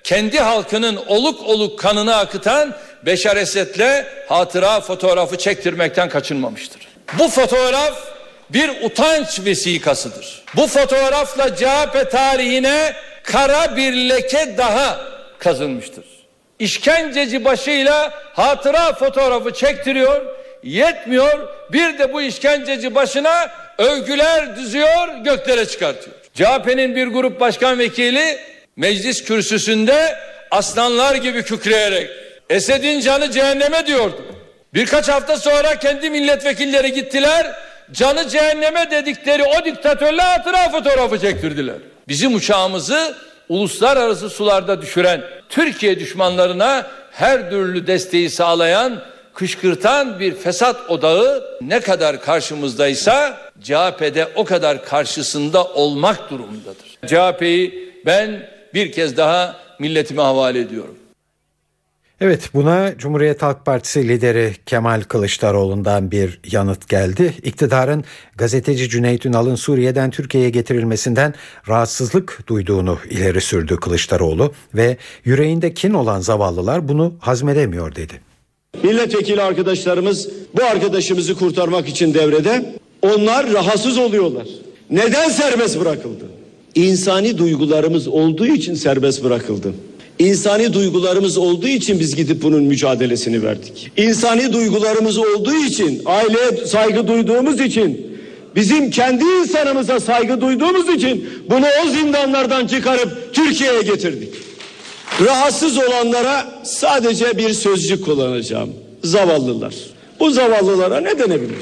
kendi halkının oluk oluk kanını akıtan Beşar Esed'le hatıra fotoğrafı çektirmekten kaçınmamıştır. Bu fotoğraf bir utanç vesikasıdır. Bu fotoğrafla C H P tarihine kara bir leke daha kazınmıştır. İşkenceci başıyla hatıra fotoğrafı çektiriyor, yetmiyor, bir de bu işkenceci başına övgüler düzüyor, göklere çıkartıyor. C H P'nin bir grup başkan vekili meclis kürsüsünde aslanlar gibi kükreyerek Esed'in canı cehenneme diyordu. Birkaç hafta sonra kendi milletvekilleri gittiler, canı cehenneme dedikleri o diktatörle hatıra fotoğrafı çektirdiler. Bizim uçağımızı uluslararası sularda düşüren, Türkiye düşmanlarına her türlü desteği sağlayan, kışkırtan bir fesat odağı ne kadar karşımızdaysa C H P'de o kadar karşısında olmak durumundadır. C H P'yi ben bir kez daha milletime havale ediyorum. Evet, buna Cumhuriyet Halk Partisi lideri Kemal Kılıçdaroğlu'ndan bir yanıt geldi. İktidarın gazeteci Cüneyt Ünal'ın Suriye'den Türkiye'ye getirilmesinden rahatsızlık duyduğunu ileri sürdü Kılıçdaroğlu ve yüreğinde kin olan zavallılar bunu hazmedemiyor dedi. Milletvekili arkadaşlarımız bu arkadaşımızı kurtarmak için devrede. Onlar rahatsız oluyorlar. Neden serbest bırakıldı? İnsani duygularımız olduğu için serbest bırakıldı. İnsani duygularımız olduğu için biz gidip bunun mücadelesini verdik. İnsani duygularımız olduğu için, aileye saygı duyduğumuz için, bizim kendi insanımıza saygı duyduğumuz için bunu o zindanlardan çıkarıp Türkiye'ye getirdik. Rahatsız olanlara sadece bir sözcük kullanacağım. Zavallılar. Bu zavallılara ne denebilir?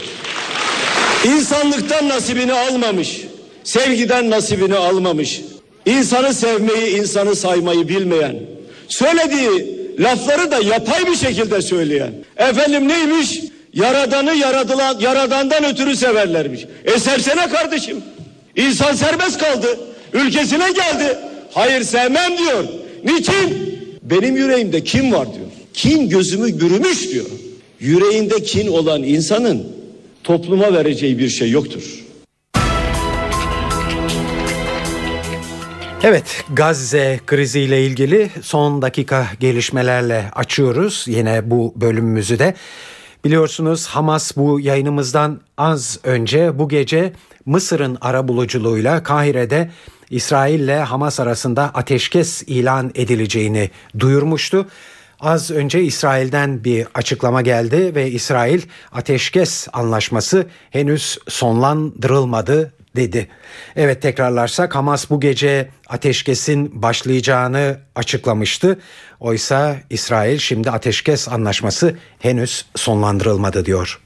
İnsanlıktan nasibini almamış, sevgiden nasibini almamış, insanı sevmeyi, insanı saymayı bilmeyen, söylediği lafları da yapay bir şekilde söyleyen, efendim neymiş? Yaradanı yaradılan, yaradandan ötürü severlermiş. E sevsene kardeşim. İnsan serbest kaldı. Ülkesine geldi. Hayır sevmem diyor. Niçin? Benim yüreğimde kin var diyor. Kin gözümü bürümüş diyor. Yüreğinde kin olan insanın topluma vereceği bir şey yoktur. Evet, Gazze kriziyle ilgili son dakika gelişmelerle açıyoruz yine bu bölümümüzü de. Biliyorsunuz Hamas bu yayınımızdan az önce bu gece Mısır'ın arabuluculuğuyla Kahire'de İsrail ile Hamas arasında ateşkes ilan edileceğini duyurmuştu. Az önce İsrail'den bir açıklama geldi ve İsrail ateşkes anlaşması henüz sonlandırılmadı dedi. Evet, tekrarlarsak Hamas bu gece ateşkesin başlayacağını açıklamıştı. Oysa İsrail şimdi ateşkes anlaşması henüz sonlandırılmadı diyor.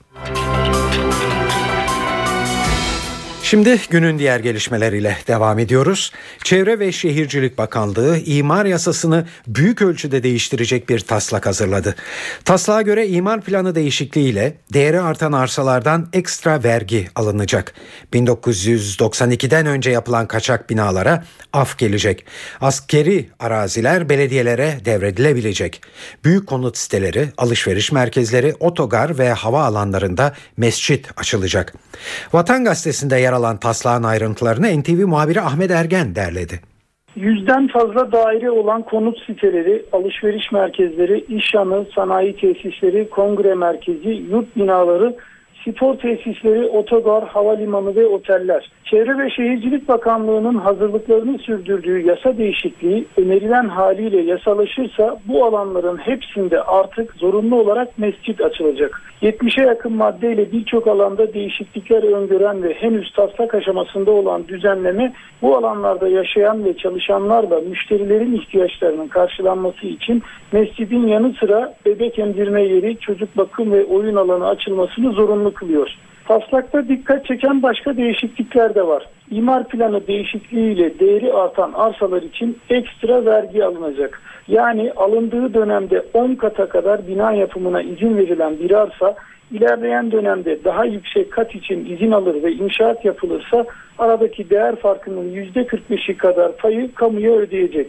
Şimdi günün diğer gelişmeleriyle devam ediyoruz. Çevre ve Şehircilik Bakanlığı imar yasasını büyük ölçüde değiştirecek bir taslak hazırladı. Taslağa göre imar planı değişikliğiyle değeri artan arsalardan ekstra vergi alınacak. bin dokuz yüz doksan ikiden önce yapılan kaçak binalara af gelecek. Askeri araziler belediyelere devredilebilecek. Büyük konut siteleri, alışveriş merkezleri, otogar ve hava alanlarında mescit açılacak. Vatan Gazetesi'nde yer alan taslağın ayrıntılarını N T V muhabiri Ahmet Ergen derledi. Yüzden fazla daire olan konut siteleri, alışveriş merkezleri, iş yanı, sanayi tesisleri, kongre merkezi, yurt binaları, spor tesisleri, otogar, havalimanı ve oteller. Çevre ve Şehircilik Bakanlığı'nın hazırlıklarını sürdürdüğü yasa değişikliği önerilen haliyle yasalaşırsa bu alanların hepsinde artık zorunlu olarak mescit açılacak. yetmişe yakın maddeyle birçok alanda değişiklikler öngören ve henüz taslak aşamasında olan düzenleme bu alanlarda yaşayan ve çalışanlarla müşterilerin ihtiyaçlarının karşılanması için mescidin yanı sıra bebek emzirme yeri, çocuk bakım ve oyun alanı açılmasını zorunlu kılıyor. Taslakta dikkat çeken başka değişiklikler de var. İmar planı değişikliğiyle değeri artan arsalar için ekstra vergi alınacak. Yani alındığı dönemde on kata kadar bina yapımına izin verilen bir arsa ilerleyen dönemde daha yüksek kat için izin alır ve inşaat yapılırsa aradaki değer farkının yüzde kırk beşi kadar payı kamuya ödeyecek.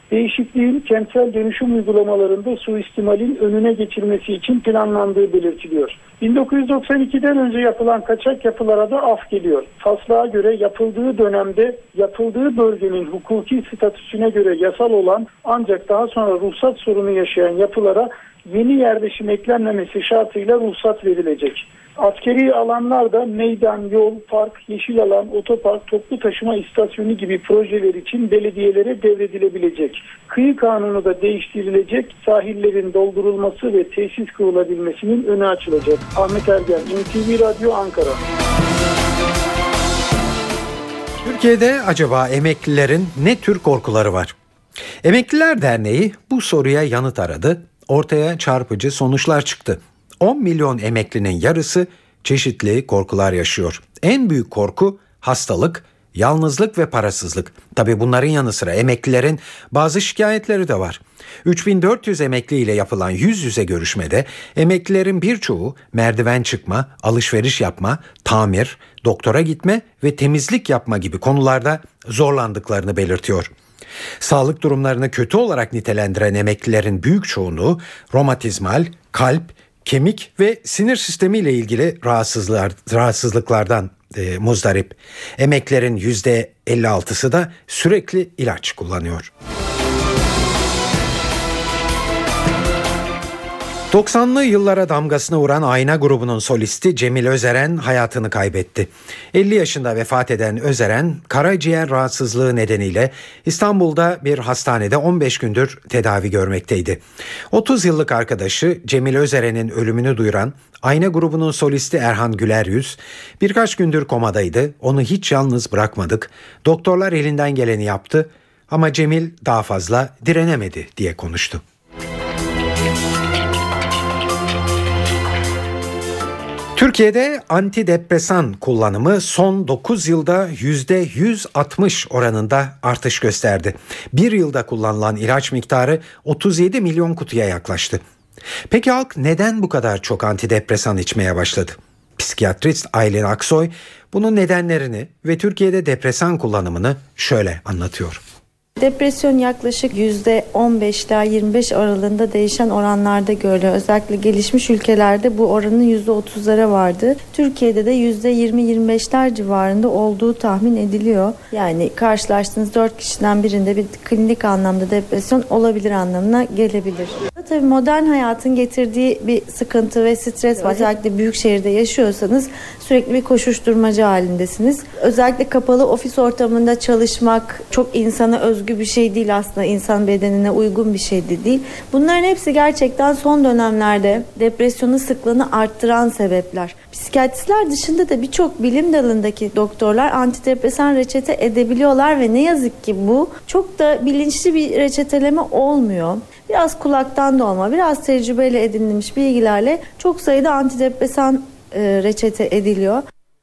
Değişikliğin kentsel dönüşüm uygulamalarında suistimalin önüne geçilmesi için planlandığı belirtiliyor. bin dokuz yüz doksan ikiden önce yapılan kaçak yapılara da af geliyor. Taslağa göre yapıldığı dönemde yapıldığı bölgenin hukuki statüsüne göre yasal olan ancak daha sonra ruhsat sorunu yaşayan yapılara yeni yerleşim eklenmemesi şartıyla ruhsat verilecek. Askeri alanlarda meydan, yol, park, yeşil alan, otopark, toplu taşıma istasyonu gibi projeler için belediyelere devredilebilecek. Kıyı kanunu da değiştirilecek, sahillerin doldurulması ve tesis kurulabilmesinin önü açılacak. Ahmet Ergen, N T V Radyo, Ankara. Türkiye'de acaba emeklilerin ne tür korkuları var? Emekliler Derneği bu soruya yanıt aradı. Ortaya çarpıcı sonuçlar çıktı. on milyon emeklinin yarısı çeşitli korkular yaşıyor. En büyük korku hastalık, yalnızlık ve parasızlık. Tabii bunların yanı sıra emeklilerin bazı şikayetleri de var. üç bin dört yüz emekli ile yapılan yüz yüze görüşmede emeklilerin birçoğu merdiven çıkma, alışveriş yapma, tamir, doktora gitme ve temizlik yapma gibi konularda zorlandıklarını belirtiyor. Sağlık durumlarını kötü olarak nitelendiren emeklilerin büyük çoğunluğu romatizmal, kalp, kemik ve sinir sistemi ile ilgili rahatsızlıklar, rahatsızlıklardan e, muzdarip. Emeklilerin yüzde elli altısı da sürekli ilaç kullanıyor. doksanlı yıllara damgasını vuran Ayna grubunun solisti Cemil Özeren hayatını kaybetti. elli yaşında vefat eden Özeren, karaciğer rahatsızlığı nedeniyle İstanbul'da bir hastanede on beş gündür tedavi görmekteydi. otuz yıllık arkadaşı Cemil Özeren'in ölümünü duyuran Ayna grubunun solisti Erhan Güleryüz, birkaç gündür komadaydı, onu hiç yalnız bırakmadık, doktorlar elinden geleni yaptı ama Cemil daha fazla direnemedi diye konuştu. Türkiye'de antidepresan kullanımı son dokuz yılda yüzde yüz altmış oranında artış gösterdi. Bir yılda kullanılan ilaç miktarı otuz yedi milyon kutuya yaklaştı. Peki halk neden bu kadar çok antidepresan içmeye başladı? Psikiyatrist Aylin Aksoy bunun nedenlerini ve Türkiye'de depresan kullanımını şöyle anlatıyor. Depresyon yaklaşık yüzde on beş ila yirmi beş aralığında değişen oranlarda görülüyor. Özellikle gelişmiş ülkelerde bu oranın yüzde otuzlara vardı. Türkiye'de de yüzde yirmi yirmi beşler civarında olduğu tahmin ediliyor. Yani karşılaştığınız dört kişiden birinde bir klinik anlamda depresyon olabilir anlamına gelebilir. Tabii modern hayatın getirdiği bir sıkıntı ve stres var. Özellikle büyük şehirde yaşıyorsanız sürekli bir koşuşturmaca halindesiniz. Özellikle kapalı ofis ortamında çalışmak çok insana özgü bir şey değil aslında. İnsan bedenine uygun bir şey de değil. Bunların hepsi gerçekten son dönemlerde depresyonun sıklığını arttıran sebepler. Psikiyatristler dışında da birçok bilim dalındaki doktorlar antidepresan reçete edebiliyorlar ve ne yazık ki bu çok da bilinçli bir reçeteleme olmuyor. Biraz kulaktan dolma, biraz tecrübeyle edinilmiş bilgilerle çok sayıda antidepresan e, reçete ediliyor.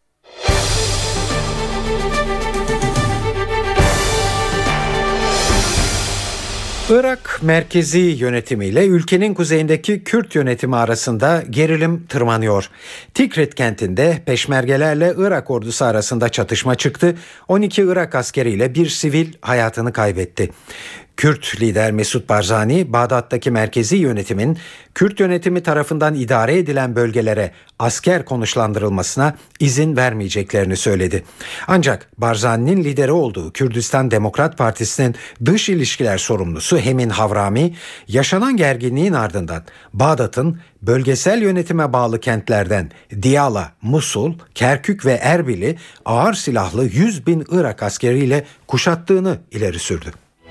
Irak merkezi yönetimiyle ülkenin kuzeyindeki Kürt yönetimi arasında gerilim tırmanıyor. Tikrit kentinde peşmergelerle Irak ordusu arasında çatışma çıktı. on iki Irak askeriyle bir sivil hayatını kaybetti. Kürt lider Mesut Barzani, Bağdat'taki merkezi yönetimin Kürt yönetimi tarafından idare edilen bölgelere asker konuşlandırılmasına izin vermeyeceklerini söyledi. Ancak Barzani'nin lideri olduğu Kürdistan Demokrat Partisi'nin dış ilişkiler sorumlusu Hemin Havrami, yaşanan gerginliğin ardından Bağdat'ın bölgesel yönetime bağlı kentlerden Diyala, Musul, Kerkük ve Erbil'i ağır silahlı yüz bin Irak askeriyle kuşattığını ileri sürdü.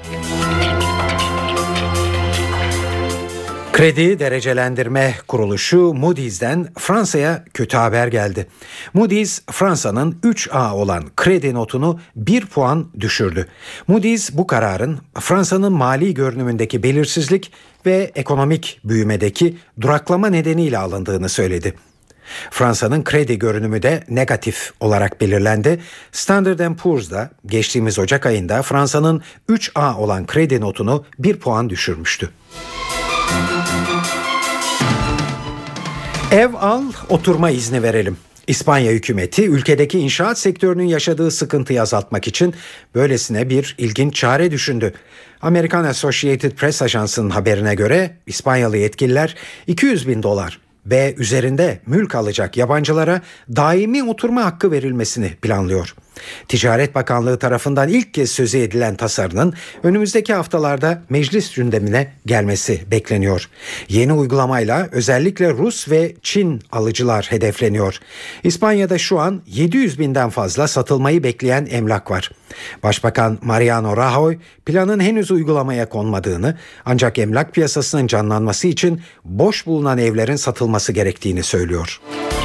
Kredi derecelendirme kuruluşu Moody's'den Fransa'ya kötü haber geldi. Moody's, Fransa'nın üç A olan kredi notunu bir puan düşürdü. Moody's bu kararın Fransa'nın mali görünümündeki belirsizlik ve ekonomik büyümedeki duraklama nedeniyle alındığını söyledi. Fransa'nın kredi görünümü de negatif olarak belirlendi. Standard and Poor's da geçtiğimiz Ocak ayında Fransa'nın üç A olan kredi notunu bir puan düşürmüştü. Ev al, oturma izni verelim. İspanya hükümeti ülkedeki inşaat sektörünün yaşadığı sıkıntıyı azaltmak için böylesine bir ilginç çare düşündü. Amerikan Associated Press Ajansı'nın haberine göre İspanyalı yetkililer iki yüz bin dolar ve üzerinde mülk alacak yabancılara daimi oturma hakkı verilmesini planlıyor. Ticaret Bakanlığı tarafından ilk kez sözü edilen tasarının önümüzdeki haftalarda meclis gündemine gelmesi bekleniyor. Yeni uygulamayla özellikle Rus ve Çin alıcılar hedefleniyor. İspanya'da şu an yedi yüz binden fazla satılmayı bekleyen emlak var. Başbakan Mariano Rajoy planın henüz uygulamaya konmadığını, ancak emlak piyasasının canlanması için boş bulunan evlerin satılması gerektiğini söylüyor.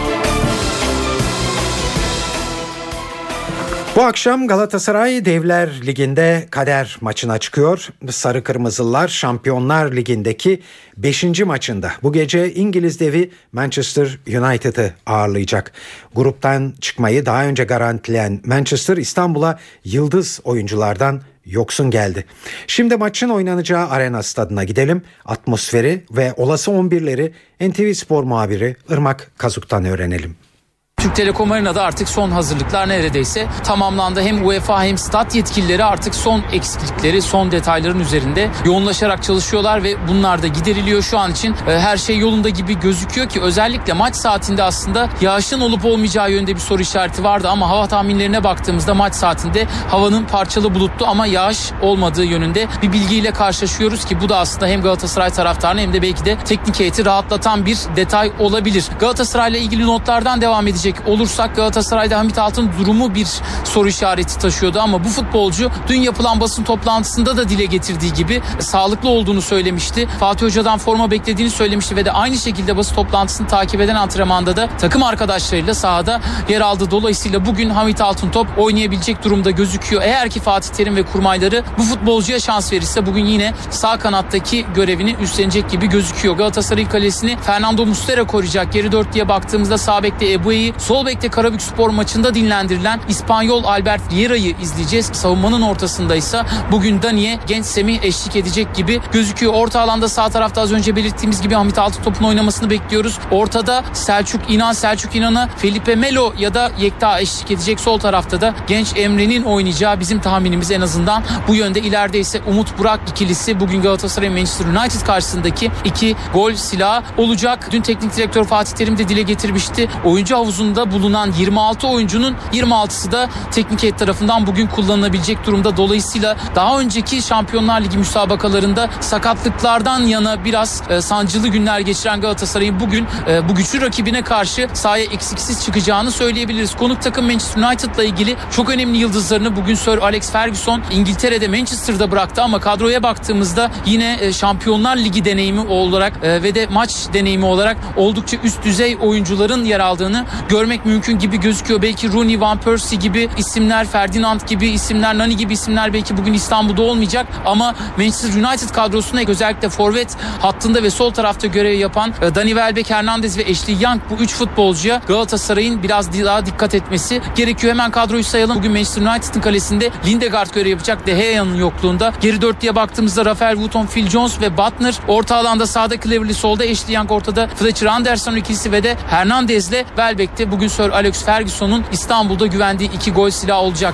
Bu akşam Galatasaray Devler Ligi'nde kader maçına çıkıyor. Sarı Kırmızılar Şampiyonlar Ligi'ndeki beşinci maçında bu gece İngiliz devi Manchester United'ı ağırlayacak. Gruptan çıkmayı daha önce garantileyen Manchester İstanbul'a yıldız oyunculardan yoksun geldi. Şimdi maçın oynanacağı Arena Stadı'na gidelim. Atmosferi ve olası on birleri N T V Spor muhabiri Irmak Kazuk'tan öğrenelim. Türk Telekom Arena'da artık son hazırlıklar neredeyse tamamlandı. Hem UEFA hem stat yetkilileri artık son eksiklikleri, son detayların üzerinde yoğunlaşarak çalışıyorlar ve bunlar da gideriliyor. Şu an için her şey yolunda gibi gözüküyor ki özellikle maç saatinde aslında yağışın olup olmayacağı yönde bir soru işareti vardı ama hava tahminlerine baktığımızda maç saatinde havanın parçalı bulutlu ama yağış olmadığı yönünde bir bilgiyle karşılaşıyoruz ki bu da aslında hem Galatasaray taraftarını hem de belki de teknik heyeti rahatlatan bir detay olabilir. Galatasaray'la ilgili notlardan devam edecek olursak Galatasaray'da Hamit Altın durumu bir soru işareti taşıyordu ama bu futbolcu dün yapılan basın toplantısında da dile getirdiği gibi sağlıklı olduğunu söylemişti. Fatih Hoca'dan forma beklediğini söylemişti ve de aynı şekilde basın toplantısını takip eden antrenmanda da takım arkadaşlarıyla sahada yer aldı. Dolayısıyla bugün Hamit Altıntop oynayabilecek durumda gözüküyor. Eğer ki Fatih Terim ve kurmayları bu futbolcuya şans verirse bugün yine sağ kanattaki görevini üstlenecek gibi gözüküyor. Galatasaray kalesini Fernando Muslera koruyacak. Geri dörtlüye baktığımızda sağ bekte Ebu'yu, sol bekte Karabükspor maçında dinlendirilen İspanyol Albert Vieira'yı izleyeceğiz. Savunmanın ortasındaysa bugün Dani'ye genç Semih eşlik edecek gibi gözüküyor. Orta alanda sağ tarafta az önce belirttiğimiz gibi Hamit Altıntop'un oynamasını bekliyoruz. Ortada Selçuk İnan, Selçuk İnan'a Felipe Melo ya da Yekta eşlik edecek. Sol tarafta da genç Emre'nin oynayacağı bizim tahminimiz en azından bu yönde. İleride ise Umut Burak ikilisi bugün Galatasaray Manchester United karşısındaki iki gol silahı olacak. Dün teknik direktör Fatih Terim de dile getirmişti. Oyuncu havuzunda bulunan yirmi altı oyuncunun yirmi altısı da teknik heyet tarafından bugün kullanılabilecek durumda. Dolayısıyla daha önceki Şampiyonlar Ligi müsabakalarında sakatlıklardan yana biraz e, sancılı günler geçiren Galatasaray'ın bugün e, bu güçlü rakibine karşı sahaya eksiksiz çıkacağını söyleyebiliriz. Konuk takım Manchester United'la ilgili çok önemli yıldızlarını bugün Sir Alex Ferguson İngiltere'de Manchester'da bıraktı ama kadroya baktığımızda yine e, Şampiyonlar Ligi deneyimi olarak e, ve de maç deneyimi olarak oldukça üst düzey oyuncuların yer aldığını görmek mümkün gibi gözüküyor. Belki Rooney, Van Persie gibi isimler, Ferdinand gibi isimler, Nani gibi isimler belki bugün İstanbul'da olmayacak ama Manchester United kadrosuna özellikle forvet hattında ve sol tarafta görev yapan Dani Welbeck, Hernandez ve Ashley Young, bu üç futbolcuya Galatasaray'ın biraz daha dikkat etmesi gerekiyor. Hemen kadroyu sayalım. Bugün Manchester United'ın kalesinde Lindegaard görev yapacak, De Gea'nın yokluğunda. Geri dörtlüye baktığımızda Rafael Wooton, Phil Jones ve Butner. Orta alanda sağda Cleverley, solda Ashley Young, ortada Fletcher Anderson ikilisi ve de Hernandez'le Welbeck'te bugün Sir Alex Ferguson'un İstanbul'da güvendiği iki gol silahı olacak.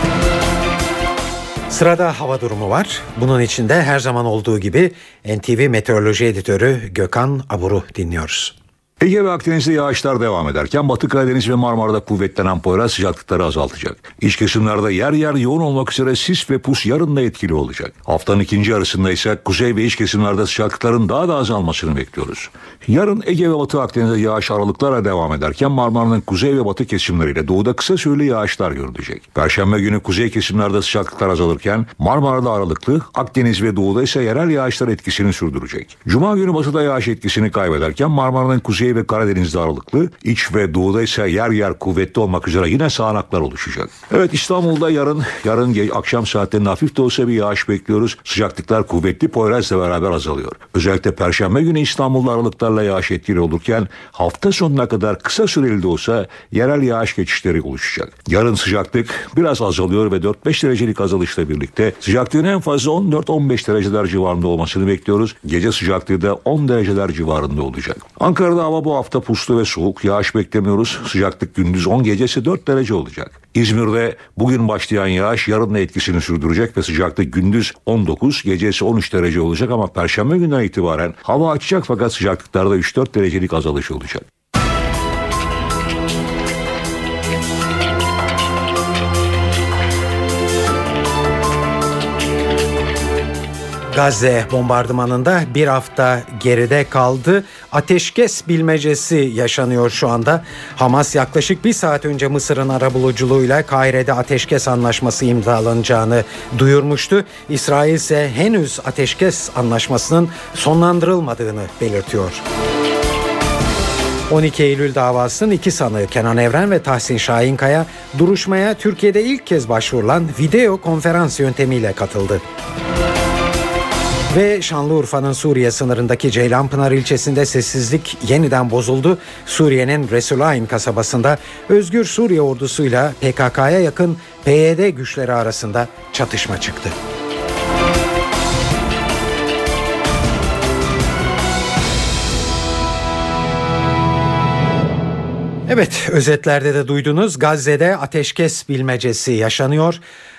Sırada hava durumu var. Bunun içinde her zaman olduğu gibi N T V Meteoroloji Editörü Gökhan Abur'u dinliyoruz. Ege ve Akdeniz'de yağışlar devam ederken Batı Karadeniz ve Marmara'da kuvvetlenen Poyraz sıcaklıkları azaltacak. İç kesimlerde yer yer yoğun olmak üzere sis ve pus yarın da etkili olacak. Haftanın ikinci yarısında ise kuzey ve iç kesimlerde sıcaklıkların daha da azalmasını bekliyoruz. Yarın Ege ve Batı Akdeniz'de yağış aralıklarla devam ederken Marmara'nın kuzey ve batı kesimleriyle doğuda kısa süreli yağışlar görülecek. Perşembe günü kuzey kesimlerde sıcaklıklar azalırken Marmara'da aralıklı, Akdeniz ve doğuda ise yerel yağışlar etkisini sürdürecek. Cuma günü batıda yağış etkisini kaybederken Marmara'nın kuzey ve Karadeniz'de aralıklı, iç ve doğuda ise yer yer kuvvetli olmak üzere yine sağanaklar oluşacak. Evet, İstanbul'da yarın yarın ge- akşam saatlerinde hafif de olsa bir yağış bekliyoruz. Sıcaklıklar kuvvetli Poyraz'la beraber azalıyor. Özellikle Perşembe günü İstanbul'da aralıklarla yağış etkili olurken hafta sonuna kadar kısa süreli de olsa yerel yağış geçişleri oluşacak. Yarın sıcaklık biraz azalıyor ve dört beş derecelik azalışla birlikte sıcaklığın en fazla on dört on beş dereceler civarında olmasını bekliyoruz. Gece sıcaklığı da on dereceler civarında olacak. Ankara'da hava Hava bu hafta puslu ve soğuk. Yağış beklemiyoruz. Sıcaklık gündüz on, gecesi dört derece olacak. İzmir'de bugün başlayan yağış yarın da etkisini sürdürecek ve sıcaklık gündüz on dokuz, gecesi on üç derece olacak ama Perşembe günden itibaren hava açacak fakat sıcaklıklarda üç dört derecelik azalış olacak. Gazze bombardımanında bir hafta geride kaldı. Ateşkes bilmecesi yaşanıyor şu anda. Hamas yaklaşık bir saat önce Mısır'ın arabuluculuğuyla Kahire'de ateşkes anlaşması imzalanacağını duyurmuştu. İsrail ise henüz ateşkes anlaşmasının sonlandırılmadığını belirtiyor. on iki Eylül davasının iki sanığı Kenan Evren ve Tahsin Şahinkaya duruşmaya Türkiye'de ilk kez başvurulan video konferans yöntemiyle katıldı. Ve Şanlıurfa'nın Suriye sınırındaki Ceylanpınar ilçesinde sessizlik yeniden bozuldu. Suriye'nin Resulayn kasabasında Özgür Suriye ordusuyla P K K'ya yakın P Y D güçleri arasında çatışma çıktı. Evet, özetlerde de duydunuz. Gazze'de ateşkes bilmecesi yaşanıyor.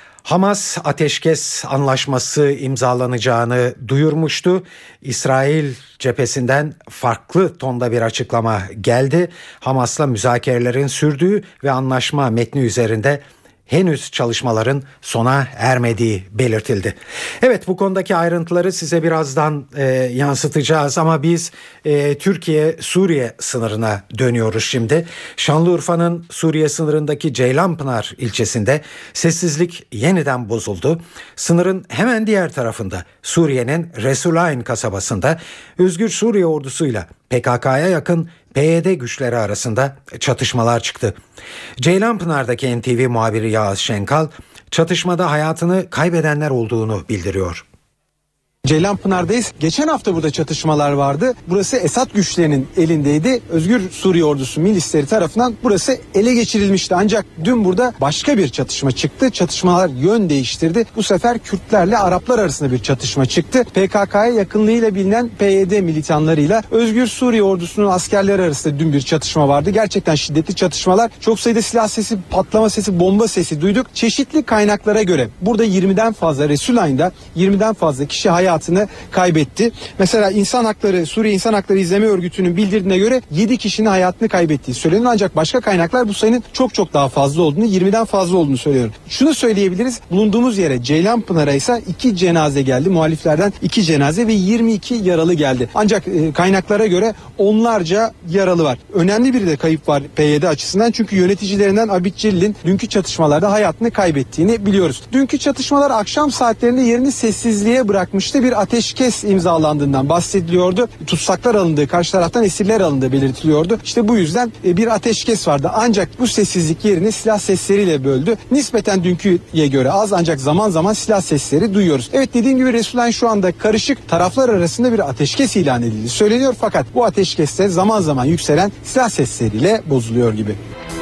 Hamas ateşkes anlaşması imzalanacağını duyurmuştu. İsrail cephesinden farklı tonda bir açıklama geldi. Hamas'la müzakerelerin sürdüğü ve anlaşma metni üzerinde henüz çalışmaların sona ermediği belirtildi. Evet, bu konudaki ayrıntıları size birazdan e, yansıtacağız ama biz e, Türkiye-Suriye sınırına dönüyoruz şimdi. Şanlıurfa'nın Suriye sınırındaki Ceylanpınar ilçesinde sessizlik yeniden bozuldu. Sınırın hemen diğer tarafında Suriye'nin Resulayn kasabasında Özgür Suriye ordusuyla P K K'ya yakın P Y D güçleri arasında çatışmalar çıktı. Ceylanpınar'daki N T V muhabiri Yağız Şenkal, çatışmada hayatını kaybedenler olduğunu bildiriyor. Ceylanpınar'dayız. Geçen hafta burada çatışmalar vardı. Burası Esad güçlerinin elindeydi. Özgür Suriye ordusu milisleri tarafından burası ele geçirilmişti. Ancak dün burada başka bir çatışma çıktı. Çatışmalar yön değiştirdi. Bu sefer Kürtlerle Araplar arasında bir çatışma çıktı. P K K'ya yakınlığıyla bilinen P Y D militanlarıyla Özgür Suriye ordusunun askerleri arasında dün bir çatışma vardı. Gerçekten şiddetli çatışmalar. Çok sayıda silah sesi, patlama sesi, bomba sesi duyduk. Çeşitli kaynaklara göre burada yirmiden fazla, Resulayn'da yirmiden fazla kişi hayatını kaybetti. Mesela İnsan Hakları, Suriye İnsan Hakları İzleme Örgütü'nün bildirdiğine göre yedi kişinin hayatını kaybettiği söyleniyor. Ancak başka kaynaklar bu sayının çok çok daha fazla olduğunu, yirmiden fazla olduğunu söylüyor. Şunu söyleyebiliriz. Bulunduğumuz yere Ceylanpınar'a ise iki cenaze geldi. Muhaliflerden iki cenaze ve yirmi iki yaralı geldi. Ancak e, kaynaklara göre onlarca yaralı var. Önemli bir de kayıp var P Y D açısından. Çünkü yöneticilerinden Abid Celil'in dünkü çatışmalarda hayatını kaybettiğini biliyoruz. Dünkü çatışmalar akşam saatlerinde yerini sessizliğe bırakmıştı. Bir ateşkes imzalandığından bahsediliyordu. Tutsaklar alındığı, karşı taraftan esirler alındığı belirtiliyordu. İşte bu yüzden bir ateşkes vardı. Ancak bu sessizlik yerini silah sesleriyle böldü. Nispeten dünküye göre az, ancak zaman zaman silah sesleri duyuyoruz. Evet, dediğim gibi Resulayn şu anda karışık, taraflar arasında bir ateşkes ilan edildi söyleniyor. Fakat bu ateşkeste zaman zaman yükselen silah sesleriyle bozuluyor gibi.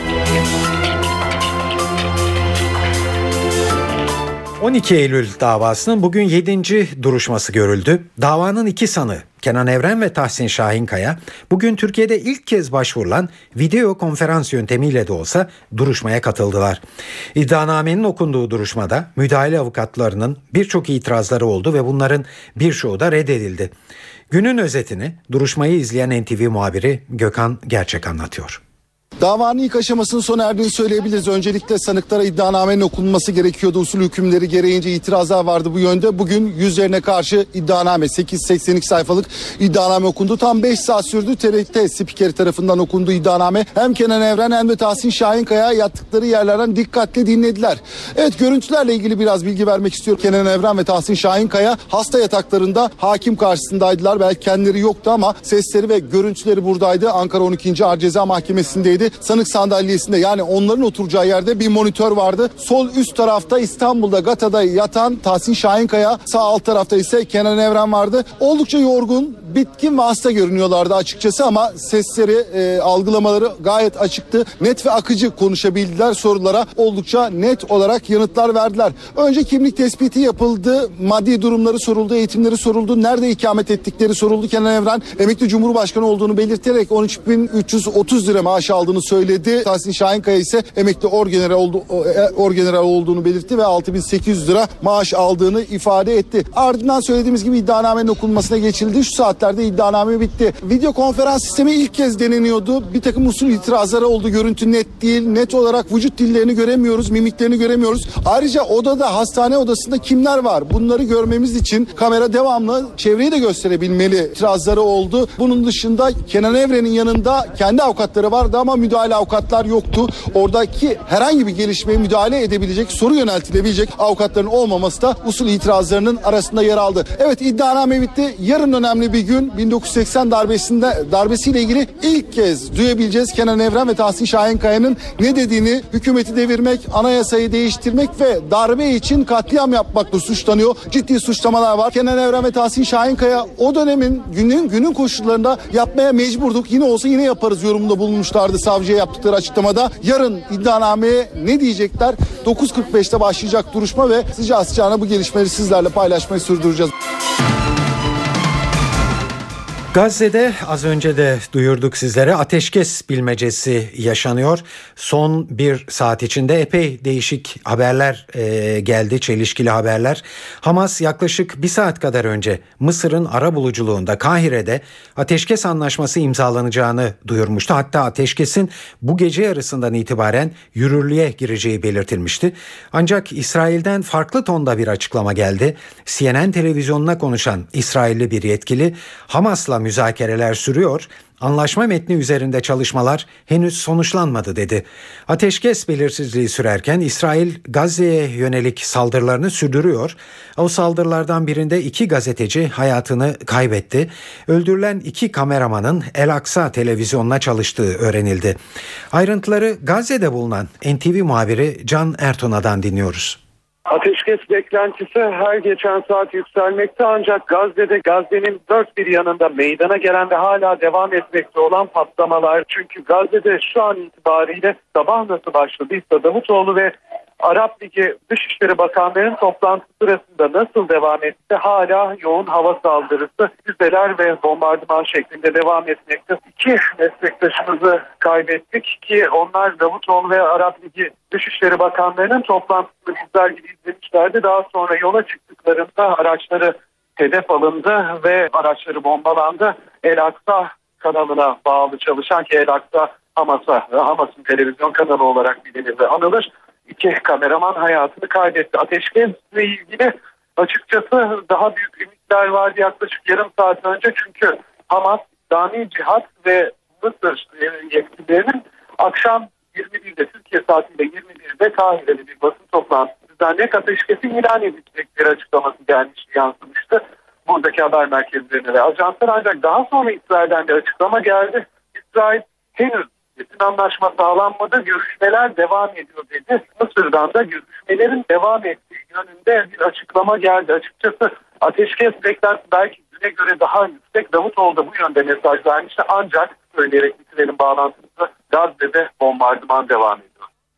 on iki Eylül davasının bugün yedinci duruşması görüldü. Davanın iki sanığı Kenan Evren ve Tahsin Şahinkaya bugün Türkiye'de ilk kez başvurulan video konferans yöntemiyle de olsa duruşmaya katıldılar. İddianamenin okunduğu duruşmada müdahale avukatlarının birçok itirazları oldu ve bunların birçoğu da reddedildi. Günün özetini duruşmayı izleyen N T V muhabiri Gökhan Gerçek anlatıyor. Davanın ilk aşamasının sona erdiğini söyleyebiliriz. Öncelikle sanıklara iddianamenin okunması gerekiyordu. Usul hükümleri gereğince itirazlar vardı bu yönde. Bugün yüzlerine karşı iddianame, sekiz yüz seksen iki sayfalık iddianame okundu. Tam beş saat sürdü. T R T spikeri tarafından okundu iddianame. Hem Kenan Evren hem de Tahsin Şahinkaya yattıkları yerlerden dikkatle dinlediler. Evet, görüntülerle ilgili biraz bilgi vermek istiyorum. Kenan Evren ve Tahsin Şahinkaya hasta yataklarında hakim karşısındaydılar. Belki kendileri yoktu ama sesleri ve görüntüleri buradaydı. Ankara on ikinci Ağır Ceza Mahkemesi'ndeydi. kişi sanık sandalyesinde, yani onların oturacağı yerde bir monitör vardı. Sol üst tarafta İstanbul'da Gata'da yatan Tahsin Şahinkaya, sağ alt tarafta ise Kenan Evren vardı. Oldukça yorgun, bitkin ve hasta görünüyorlardı açıkçası ama sesleri, e, algılamaları gayet açıktı. Net ve akıcı konuşabildiler, sorulara oldukça net olarak yanıtlar verdiler. Önce kimlik tespiti yapıldı, maddi durumları soruldu, eğitimleri soruldu, nerede ikamet ettikleri soruldu. Kenan Evren emekli Cumhurbaşkanı olduğunu belirterek on üç bin üç yüz otuz lira maaş aldığını söyledi. Tahsin Şahinkaya ise emekli orgeneral, oldu, orgeneral olduğunu belirtti ve altı bin sekiz yüz lira maaş aldığını ifade etti. Ardından söylediğimiz gibi iddianamenin okunmasına geçildi. Şu saatlerde iddianame bitti. Video konferans sistemi ilk kez deneniyordu. Bir takım usul itirazları oldu. Görüntü net değil. Net olarak vücut dillerini göremiyoruz, mimiklerini göremiyoruz. Ayrıca odada, hastane odasında kimler var? Bunları görmemiz için kamera devamlı çevreyi de gösterebilmeli itirazları oldu. Bunun dışında Kenan Evren'in yanında kendi avukatları vardı ama müdahale avukatlar yoktu. Oradaki herhangi bir gelişmeye müdahale edebilecek, soru yöneltilebilecek avukatların olmaması da usul itirazlarının arasında yer aldı. Evet, iddianame bitti. Yarın önemli bir gün. bin dokuz yüz seksen darbesinde darbesiyle ilgili ilk kez duyabileceğiz Kenan Evren ve Tahsin Şahinkaya'nın ne dediğini. Hükümeti devirmek, anayasayı değiştirmek ve darbe için katliam yapmakla suçlanıyor. Ciddi suçlamalar var. Kenan Evren ve Tahsin Şahinkaya o dönemin günün günün koşullarında yapmaya mecburduk. Yine olsa yine yaparız yorumunda bulunmuşlardı savcıya yaptıkları açıklamada. Yarın iddianameye ne diyecekler? dokuz kırk beşte başlayacak duruşma ve sıcağı sıcağına bu gelişmeleri sizlerle paylaşmayı sürdüreceğiz. Gazze'de az önce de duyurduk sizlere, ateşkes bilmecesi yaşanıyor. Son bir saat içinde epey değişik haberler e, geldi, çelişkili haberler. Hamas yaklaşık bir saat kadar önce Mısır'ın arabuluculuğunda Kahire'de ateşkes anlaşması imzalanacağını duyurmuştu. Hatta ateşkesin bu gece yarısından itibaren yürürlüğe gireceği belirtilmişti. Ancak İsrail'den farklı tonda bir açıklama geldi. C N N televizyonuna konuşan İsrailli bir yetkili, Hamas'la müzakereler sürüyor, anlaşma metni üzerinde çalışmalar henüz sonuçlanmadı dedi. Ateşkes belirsizliği sürerken İsrail Gazze'ye yönelik saldırılarını sürdürüyor. O saldırılardan birinde iki gazeteci hayatını kaybetti. Öldürülen iki kameramanın El Aksa televizyonuna çalıştığı öğrenildi. Ayrıntıları Gazze'de bulunan N T V muhabiri Can Ertuna'dan dinliyoruz. Ateşkes beklentisi her geçen saat yükselmekte ancak Gazze'de Gazze'nin dört bir yanında meydana gelen ve hala devam etmekte olan patlamalar. Çünkü Gazze'de şu an itibariyle sabah nasıl başladıysa Davutoğlu ve Arap Ligi Dışişleri Bakanları'nın toplantısı sırasında nasıl devam etti, hala yoğun hava saldırısı, füzeler ve bombardıman şeklinde devam etmekte. İki meslektaşımızı kaybettik ki onlar Davutoğlu ve Arap Ligi Dışişleri Bakanları'nın toplantısını bizler gibi izlemişlerdi. Daha sonra yola çıktıklarında araçları hedef alındı ve araçları bombalandı. El Aksa kanalına bağlı çalışan, ki El Aksa Hamas'a, Hamas'ın televizyon kanalı olarak bilinir ve anılır, İki kameraman hayatını kaybetti. Ateşkesle ilgili açıkçası daha büyük ümitler vardı yaklaşık yarım saat önce. Çünkü Hamas, İslami Cihat ve Mısır yetkililerinin akşam yirmi birde, Türkiye saatiyle yirmi birde Kahire'de bir basın toplantısı düzenleyerek ateşkesin ilan edilecekleri açıklaması gelmişti, yansımıştı buradaki haber merkezlerine ve ajanslar. Ancak daha sonra İsrail'den de açıklama geldi. İsrail henüz kesin anlaşma sağlanmadı, görüşmeler devam ediyor dedi. Mısır'dan da görüşmelerin devam ettiği yönünde bir açıklama geldi. Açıkçası ateşkes beklentisi belki düne göre daha yüksek. Davutoğlu da bu yönde mesaj vermişti. Ancak söyleyerek bitirelim bağlantımızı, Gazze'de bombardıman devam ediyor.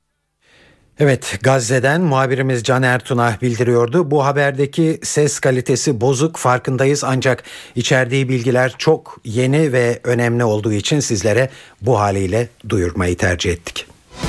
Evet, Gazze'den muhabirimiz Can Ertun'a bildiriyordu. Bu haberdeki ses kalitesi bozuk, farkındayız, ancak içerdiği bilgiler çok yeni ve önemli olduğu için sizlere bu haliyle duyurmayı tercih ettik.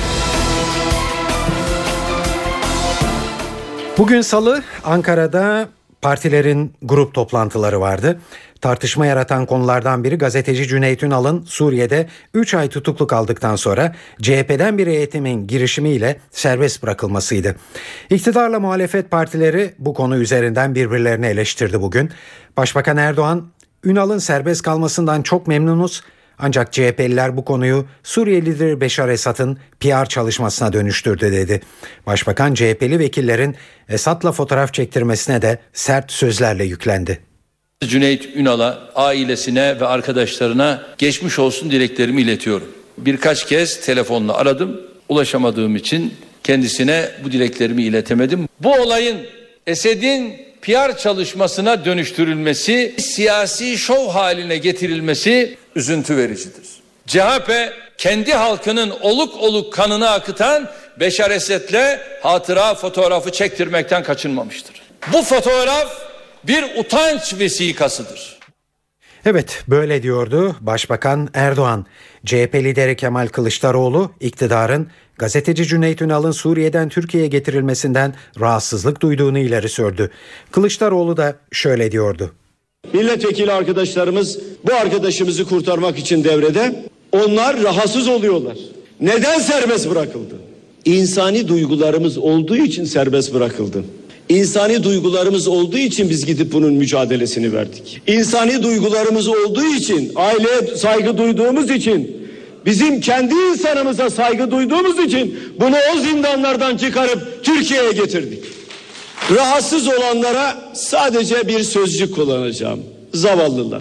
Bugün Salı, Ankara'da partilerin grup toplantıları vardı. Tartışma yaratan konulardan biri gazeteci Cüneyt Ünal'ın Suriye'de üç ay tutukluk aldıktan sonra C H P'den bir heyetimin girişimiyle serbest bırakılmasıydı. İktidarla muhalefet partileri bu konu üzerinden birbirlerini eleştirdi bugün. Başbakan Erdoğan, Ünal'ın serbest kalmasından çok memnunuz, ancak C H P'liler bu konuyu Suriye lideri Beşar Esad'ın P R çalışmasına dönüştürdü dedi. Başbakan C H P'li vekillerin Esad'la fotoğraf çektirmesine de sert sözlerle yüklendi. Cüneyt Ünal'a, ailesine ve arkadaşlarına geçmiş olsun dileklerimi iletiyorum. Birkaç kez telefonla aradım. Ulaşamadığım için kendisine bu dileklerimi iletemedim. Bu olayın Esed'in P R çalışmasına dönüştürülmesi, siyasi şov haline getirilmesi üzüntü vericidir. C H P kendi halkının oluk oluk kanını akıtan Beşar Esed'le hatıra fotoğrafı çektirmekten kaçınmamıştır. Bu fotoğraf bir utanç vesikasıdır. Evet, böyle diyordu Başbakan Erdoğan. C H P lideri Kemal Kılıçdaroğlu iktidarın gazeteci Cüneyt Ünal'ın Suriye'den Türkiye'ye getirilmesinden rahatsızlık duyduğunu ileri sürdü. Kılıçdaroğlu da şöyle diyordu. Milletvekili arkadaşlarımız bu arkadaşımızı kurtarmak için devrede. Onlar rahatsız oluyorlar. Neden serbest bırakıldı? İnsani duygularımız olduğu için serbest bırakıldı. İnsani duygularımız olduğu için biz gidip bunun mücadelesini verdik. İnsani duygularımız olduğu için, aileye saygı duyduğumuz için, bizim kendi insanımıza saygı duyduğumuz için bunu o zindanlardan çıkarıp Türkiye'ye getirdik. Rahatsız olanlara sadece bir sözcük kullanacağım. Zavallılar.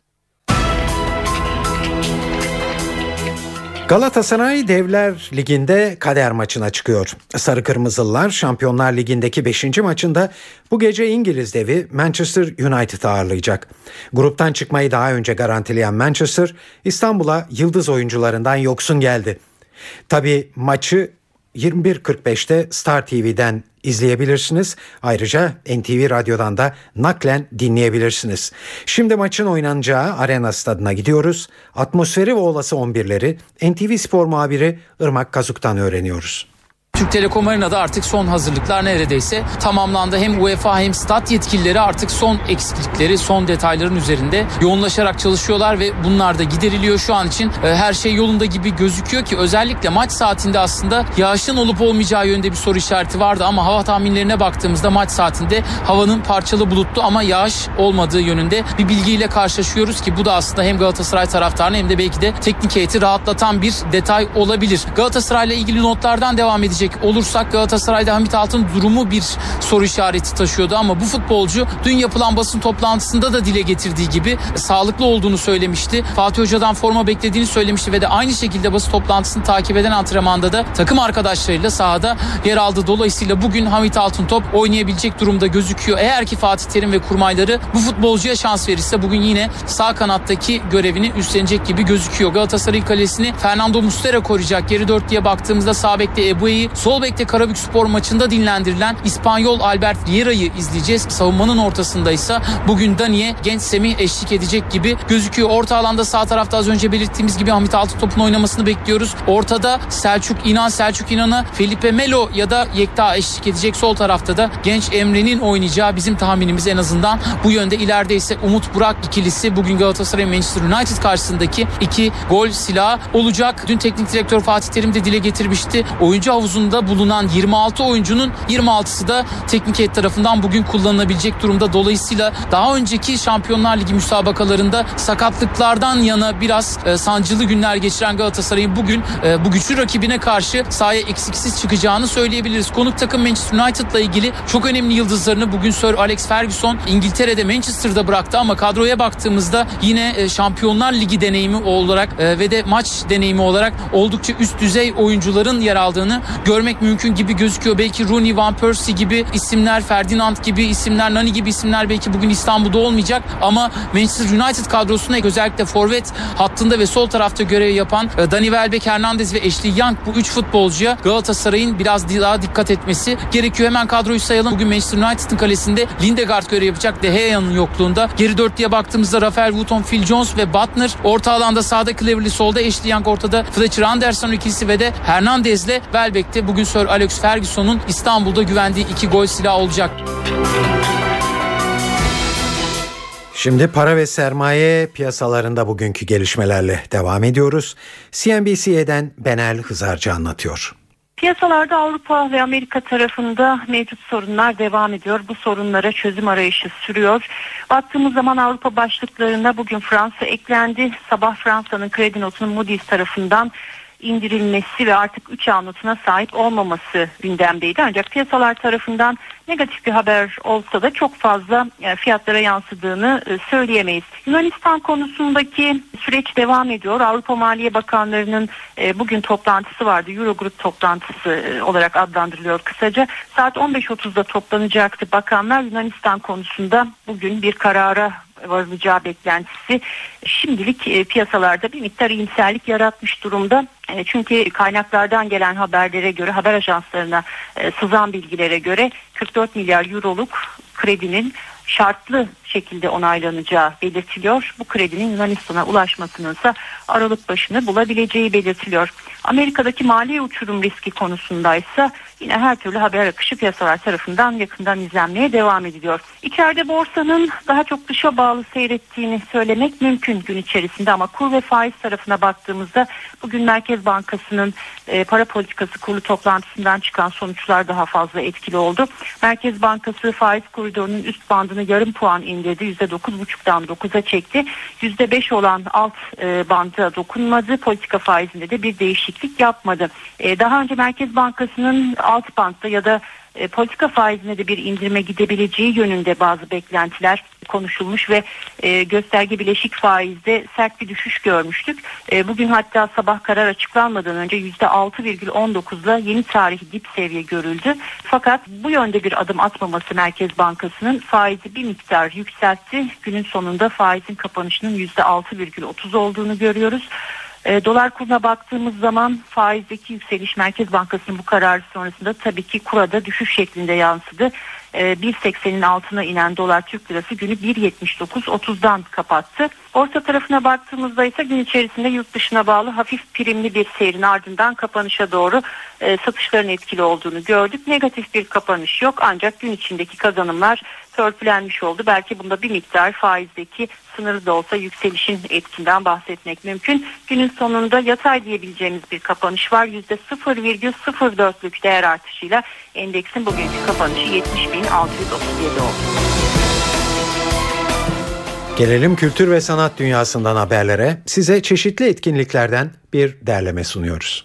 Galatasaray Devler Ligi'nde kader maçına çıkıyor. Sarı Kırmızılılar Şampiyonlar Ligi'ndeki beşinci maçında bu gece İngiliz devi Manchester United ağırlayacak. Gruptan çıkmayı daha önce garantileyen Manchester, İstanbul'a yıldız oyuncularından yoksun geldi. Tabii maçı yirmi bir kırk beşte Star T V'den izleyebilirsiniz. Ayrıca N T V Radyo'dan da naklen dinleyebilirsiniz. Şimdi maçın oynanacağı Arena Stadı'na gidiyoruz. Atmosferi ve olası on birleri N T V Spor muhabiri Irmak Kazuk'tan öğreniyoruz. Türk Telekom Arena'da artık son hazırlıklar neredeyse tamamlandı. Hem UEFA hem stat yetkilileri artık son eksiklikleri, son detayların üzerinde yoğunlaşarak çalışıyorlar ve bunlar da gideriliyor. Şu an için e, her şey yolunda gibi gözüküyor ki özellikle maç saatinde aslında yağışın olup olmayacağı yönde bir soru işareti vardı ama hava tahminlerine baktığımızda maç saatinde havanın parçalı bulutlu ama yağış olmadığı yönünde bir bilgiyle karşılaşıyoruz ki bu da aslında hem Galatasaray taraftarını hem de belki de teknik heyeti rahatlatan bir detay olabilir. Galatasaray'la ilgili notlardan devam edecek olursak Galatasaray'da Hamit Altın durumu bir soru işareti taşıyordu ama bu futbolcu dün yapılan basın toplantısında da dile getirdiği gibi sağlıklı olduğunu söylemişti. Fatih Hoca'dan forma beklediğini söylemişti ve de aynı şekilde basın toplantısını takip eden antrenmanda da takım arkadaşlarıyla sahada yer aldı. Dolayısıyla bugün Hamit Altıntop oynayabilecek durumda gözüküyor. Eğer ki Fatih Terim ve kurmayları bu futbolcuya şans verirse bugün yine sağ kanattaki görevini üstlenecek gibi gözüküyor. Galatasaray kalesini Fernando Muslera koruyacak. Geri dörtlüye baktığımızda sağ bekte Ebu'yu, sol bekte Karabükspor maçında dinlendirilen İspanyol Albert Vieira'yı izleyeceğiz. Savunmanın ortasındaysa bugün Dani'ye genç Semih eşlik edecek gibi gözüküyor. Orta alanda sağ tarafta az önce belirttiğimiz gibi Hamit Altıntop'un oynamasını bekliyoruz. Ortada Selçuk İnan, Selçuk İnan'a Felipe Melo ya da Yekta eşlik edecek. Sol tarafta da genç Emre'nin oynayacağı bizim tahminimiz en azından bu yönde. İleride ise Umut Burak ikilisi bugün Galatasaray Manchester United karşısındaki iki gol silahı olacak. Dün teknik direktör Fatih Terim de dile getirmişti. Oyuncu havuzunda bulunan yirmi altı oyuncunun yirmi altısı da teknik heyet tarafından bugün kullanılabilecek durumda. Dolayısıyla daha önceki Şampiyonlar Ligi müsabakalarında sakatlıklardan yana biraz e, sancılı günler geçiren Galatasaray'ın bugün e, bu güçlü rakibine karşı sahaya eksiksiz çıkacağını söyleyebiliriz. Konuk takım Manchester United'la ilgili çok önemli yıldızlarını bugün Sir Alex Ferguson İngiltere'de Manchester'da bıraktı ama kadroya baktığımızda yine e, Şampiyonlar Ligi deneyimi olarak e, ve de maç deneyimi olarak oldukça üst düzey oyuncuların yer aldığını görmek mümkün gibi gözüküyor. Belki Rooney, Van Persie gibi isimler, Ferdinand gibi isimler, Nani gibi isimler belki bugün İstanbul'da olmayacak ama Manchester United kadrosuna özellikle forvet hattında ve sol tarafta görev yapan Dani Welbeck, Hernandez ve Ashley Young, bu üç futbolcuya Galatasaray'ın biraz daha dikkat etmesi gerekiyor. Hemen kadroyu sayalım. Bugün Manchester United'ın kalesinde Lindegaard görev yapacak De Gea'nın yokluğunda. Geri dörtlüye baktığımızda Rafael Wooton, Phil Jones ve Butner. Orta alanda sağda Cleverley, solda Ashley Young, ortada Fletcher Anderson ikilisi ve de Hernandez'le Welbeck'te bugün Sir Alex Ferguson'un İstanbul'da güvendiği iki gol silahı olacak. Şimdi para ve sermaye piyasalarında bugünkü gelişmelerle devam ediyoruz. C N B C'den Benel Hızarcı anlatıyor. Piyasalarda Avrupa ve Amerika tarafında mevcut sorunlar devam ediyor. Bu sorunlara çözüm arayışı sürüyor. Baktığımız zaman Avrupa başlıklarında bugün Fransa eklendi. Sabah Fransa'nın kredi notunun Moody's tarafından indirilmesi ve artık üç A notuna sahip olmaması gündemdeydi. Ancak piyasalar tarafından negatif bir haber olsa da çok fazla fiyatlara yansıdığını söyleyemeyiz. Yunanistan konusundaki süreç devam ediyor. Avrupa Maliye Bakanlarının bugün toplantısı vardı. Eurogrup toplantısı olarak adlandırılıyor kısaca. Saat on beş otuzda toplanacaktı. Bakanlar Yunanistan konusunda bugün bir karara varılacağı beklentisi şimdilik piyasalarda bir miktar iyimserlik yaratmış durumda. Çünkü kaynaklardan gelen haberlere göre, haber ajanslarına sızan bilgilere göre kırk dört milyar euroluk kredinin şartlı şekilde onaylanacağı belirtiliyor. Bu kredinin Yunanistan'a ulaşmasının ise Aralık başını bulabileceği belirtiliyor. Amerika'daki mali uçurum riski konusundaysa yine her türlü haber akışı piyasalar tarafından yakından izlenmeye devam ediliyor. İçeride borsanın daha çok dışa bağlı seyrettiğini söylemek mümkün gün içerisinde ama kur ve faiz tarafına baktığımızda bugün Merkez Bankası'nın e, para politikası kurulu toplantısından çıkan sonuçlar daha fazla etkili oldu. Merkez Bankası faiz koridorunun üst bandını yarım puan indirdi. yüzde dokuz buçuktan dokuza çekti. yüzde beş olan alt e, banda dokunmadı. Politika faizinde de bir değişiklik yapmadı. E, daha önce Merkez Bankası'nın alt bantta ya da e, politika faizine de bir indirime gidebileceği yönünde bazı beklentiler konuşulmuş ve e, gösterge bileşik faizde sert bir düşüş görmüştük. E, bugün hatta sabah karar açıklanmadan önce yüzde altı virgül on dokuzla yeni tarihi dip seviye görüldü. Fakat bu yönde bir adım atmaması Merkez Bankası'nın faizi bir miktar yükseltti. Günün sonunda faizin kapanışının yüzde altı virgül otuz olduğunu görüyoruz. E, dolar kuruna baktığımız zaman faizdeki yükseliş Merkez Bankası'nın bu kararı sonrasında tabii ki kurada düşüş şeklinde yansıdı. E, bir seksenin altına inen dolar Türk lirası günü bir yetmiş dokuz otuzdan kapattı. Borsa tarafına baktığımızda ise gün içerisinde yurt dışına bağlı hafif primli bir seyrin ardından kapanışa doğru e, satışların etkili olduğunu gördük. Negatif bir kapanış yok ancak gün içindeki kazanımlar törpülenmiş oldu. Belki bunda bir miktar faizdeki sınırı da olsa yükselişin etkinden bahsetmek mümkün. Günün sonunda yatay diyebileceğimiz bir kapanış var. yüzde sıfır virgül sıfır dörtlük değer artışıyla endeksin bugünkü kapanışı yetmiş bin altı yüz otuz yedi oldu. Gelelim kültür ve sanat dünyasından haberlere. Size çeşitli etkinliklerden bir derleme sunuyoruz.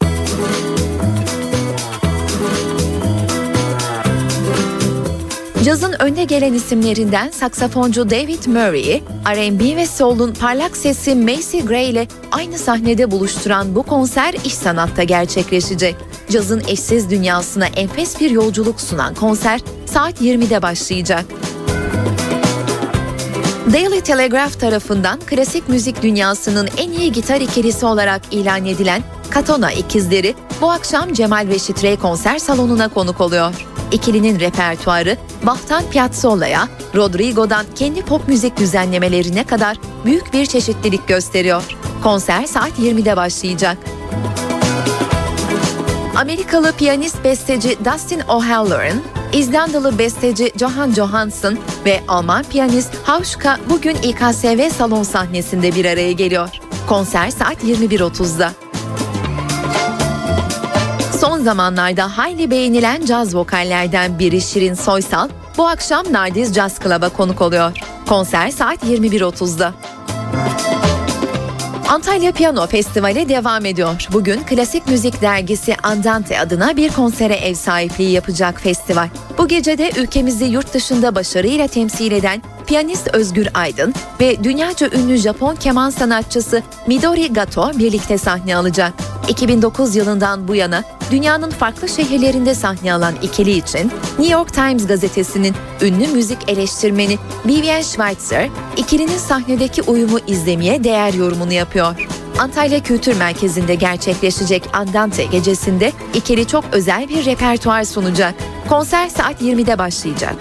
Cazın önde gelen isimlerinden saksafoncu David Murray'i R and B ve soul'un parlak sesi Macy Gray ile aynı sahnede buluşturan bu konser İş Sanat'ta gerçekleşecek. Cazın eşsiz dünyasına enfes bir yolculuk sunan konser saat yirmide başlayacak. Daily Telegraph tarafından klasik müzik dünyasının en iyi gitar ikilisi olarak ilan edilen Katona ikizleri bu akşam Cemal Reşit Rey konser salonuna konuk oluyor. İkilinin repertuarı Bach'tan Piazzolla'ya, Rodrigo'dan kendi pop müzik düzenlemelerine kadar büyük bir çeşitlilik gösteriyor. Konser saat yirmide başlayacak. Amerikalı piyanist besteci Dustin O'Halloran, İzlandalı besteci Johan Johansson ve Alman piyanist Hauschka bugün İ K S V salon sahnesinde bir araya geliyor. Konser saat yirmi bir otuzda. Son zamanlarda hayli beğenilen caz vokallerden biri Şirin Soysal bu akşam Nardiz Jazz Club'a konuk oluyor. Konser saat yirmi bir otuzda. Antalya Piyano Festivali devam ediyor. Bugün klasik müzik dergisi Andante adına bir konsere ev sahipliği yapacak festival. Bu gece de ülkemizi yurt dışında başarıyla temsil eden piyanist Özgür Aydın ve dünyaca ünlü Japon keman sanatçısı Midori Gato birlikte sahne alacak. iki bin dokuz yılından bu yana dünyanın farklı şehirlerinde sahne alan ikili için New York Times gazetesinin ünlü müzik eleştirmeni Vivian Schweitzer, ikilinin sahnedeki uyumu izlemeye değer yorumunu yapıyor. Antalya Kültür Merkezi'nde gerçekleşecek Andante gecesinde ikili çok özel bir repertuar sunacak. Konser saat yirmide başlayacak.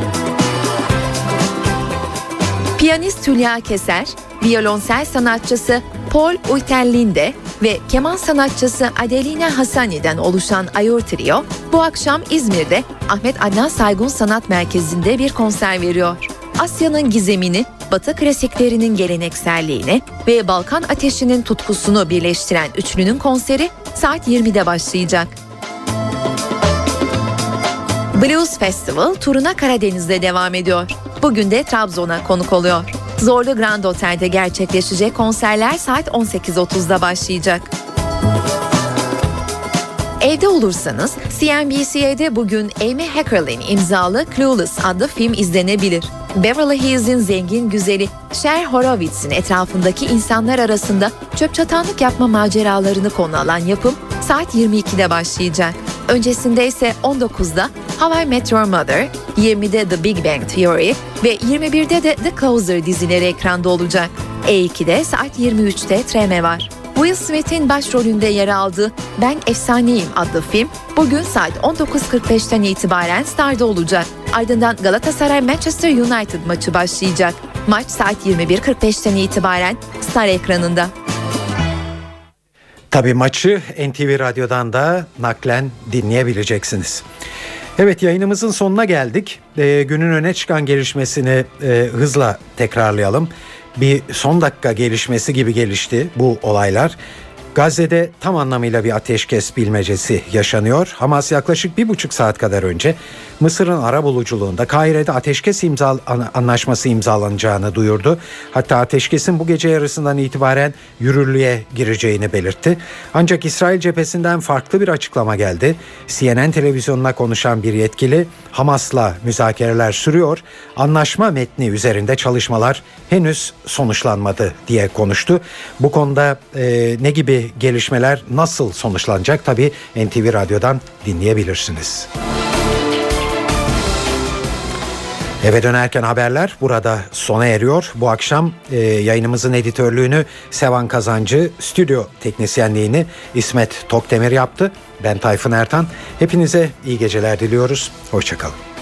Piyanist Hülya Keser, violonsel sanatçısı Paul Uyterlinde ve keman sanatçısı Adelina Hasani'den oluşan Ayur Trio bu akşam İzmir'de Ahmet Adnan Saygun Sanat Merkezi'nde bir konser veriyor. Asya'nın gizemini, Batı klasiklerinin gelenekselliğini ve Balkan ateşinin tutkusunu birleştiren üçlünün konseri saat yirmide başlayacak. Blues Festival turuna Karadeniz'de devam ediyor. Bugün de Trabzon'a konuk oluyor. Zorlu Grand Otel'de gerçekleşecek konserler saat on sekiz otuzda başlayacak. Evde olursanız C N B C'de bugün Amy Heckerling imzalı Clueless adlı film izlenebilir. Beverly Hills'in zengin güzeli Cher Horowitz'in etrafındaki insanlar arasında çöp çatanlık yapma maceralarını konu alan yapım saat yirmi ikide başlayacak. Öncesinde ise on dokuzda How I Met Your Mother, yirmide The Big Bang Theory ve yirmi birde de The Closer dizileri ekranda olacak. E iki'de saat yirmi üçte Treme var. Will Smith'in başrolünde yer aldığı Ben Efsaneyim adlı film bugün saat on dokuz kırk beşten itibaren Star'da olacak. Ardından Galatasaray Manchester United maçı başlayacak. Maç saat yirmi bir kırk beşten itibaren Star ekranında. Tabii maçı N T V Radyo'dan da naklen dinleyebileceksiniz. Evet, yayınımızın sonuna geldik. Ee, günün öne çıkan gelişmesini e, hızla tekrarlayalım. Bir son dakika gelişmesi gibi gelişti bu olaylar. Gazze'de tam anlamıyla bir ateşkes bilmecesi yaşanıyor. Hamas yaklaşık bir buçuk saat kadar önce Mısır'ın arabuluculuğunda Kahire'de ateşkes imza, anlaşması imzalanacağını duyurdu. Hatta ateşkesin bu gece yarısından itibaren yürürlüğe gireceğini belirtti. Ancak İsrail cephesinden farklı bir açıklama geldi. C N N televizyonuna konuşan bir yetkili, Hamas'la müzakereler sürüyor, anlaşma metni üzerinde çalışmalar henüz sonuçlanmadı diye konuştu. Bu konuda e, ne gibi gelişmeler nasıl sonuçlanacak tabii N T V Radyo'dan dinleyebilirsiniz. Eve dönerken haberler burada sona eriyor. Bu akşam e, yayınımızın editörlüğünü Sevan Kazancı, stüdyo teknisyenliğini İsmet Tokdemir yaptı. Ben Tayfun Ertan. Hepinize iyi geceler diliyoruz. Hoşça kalın.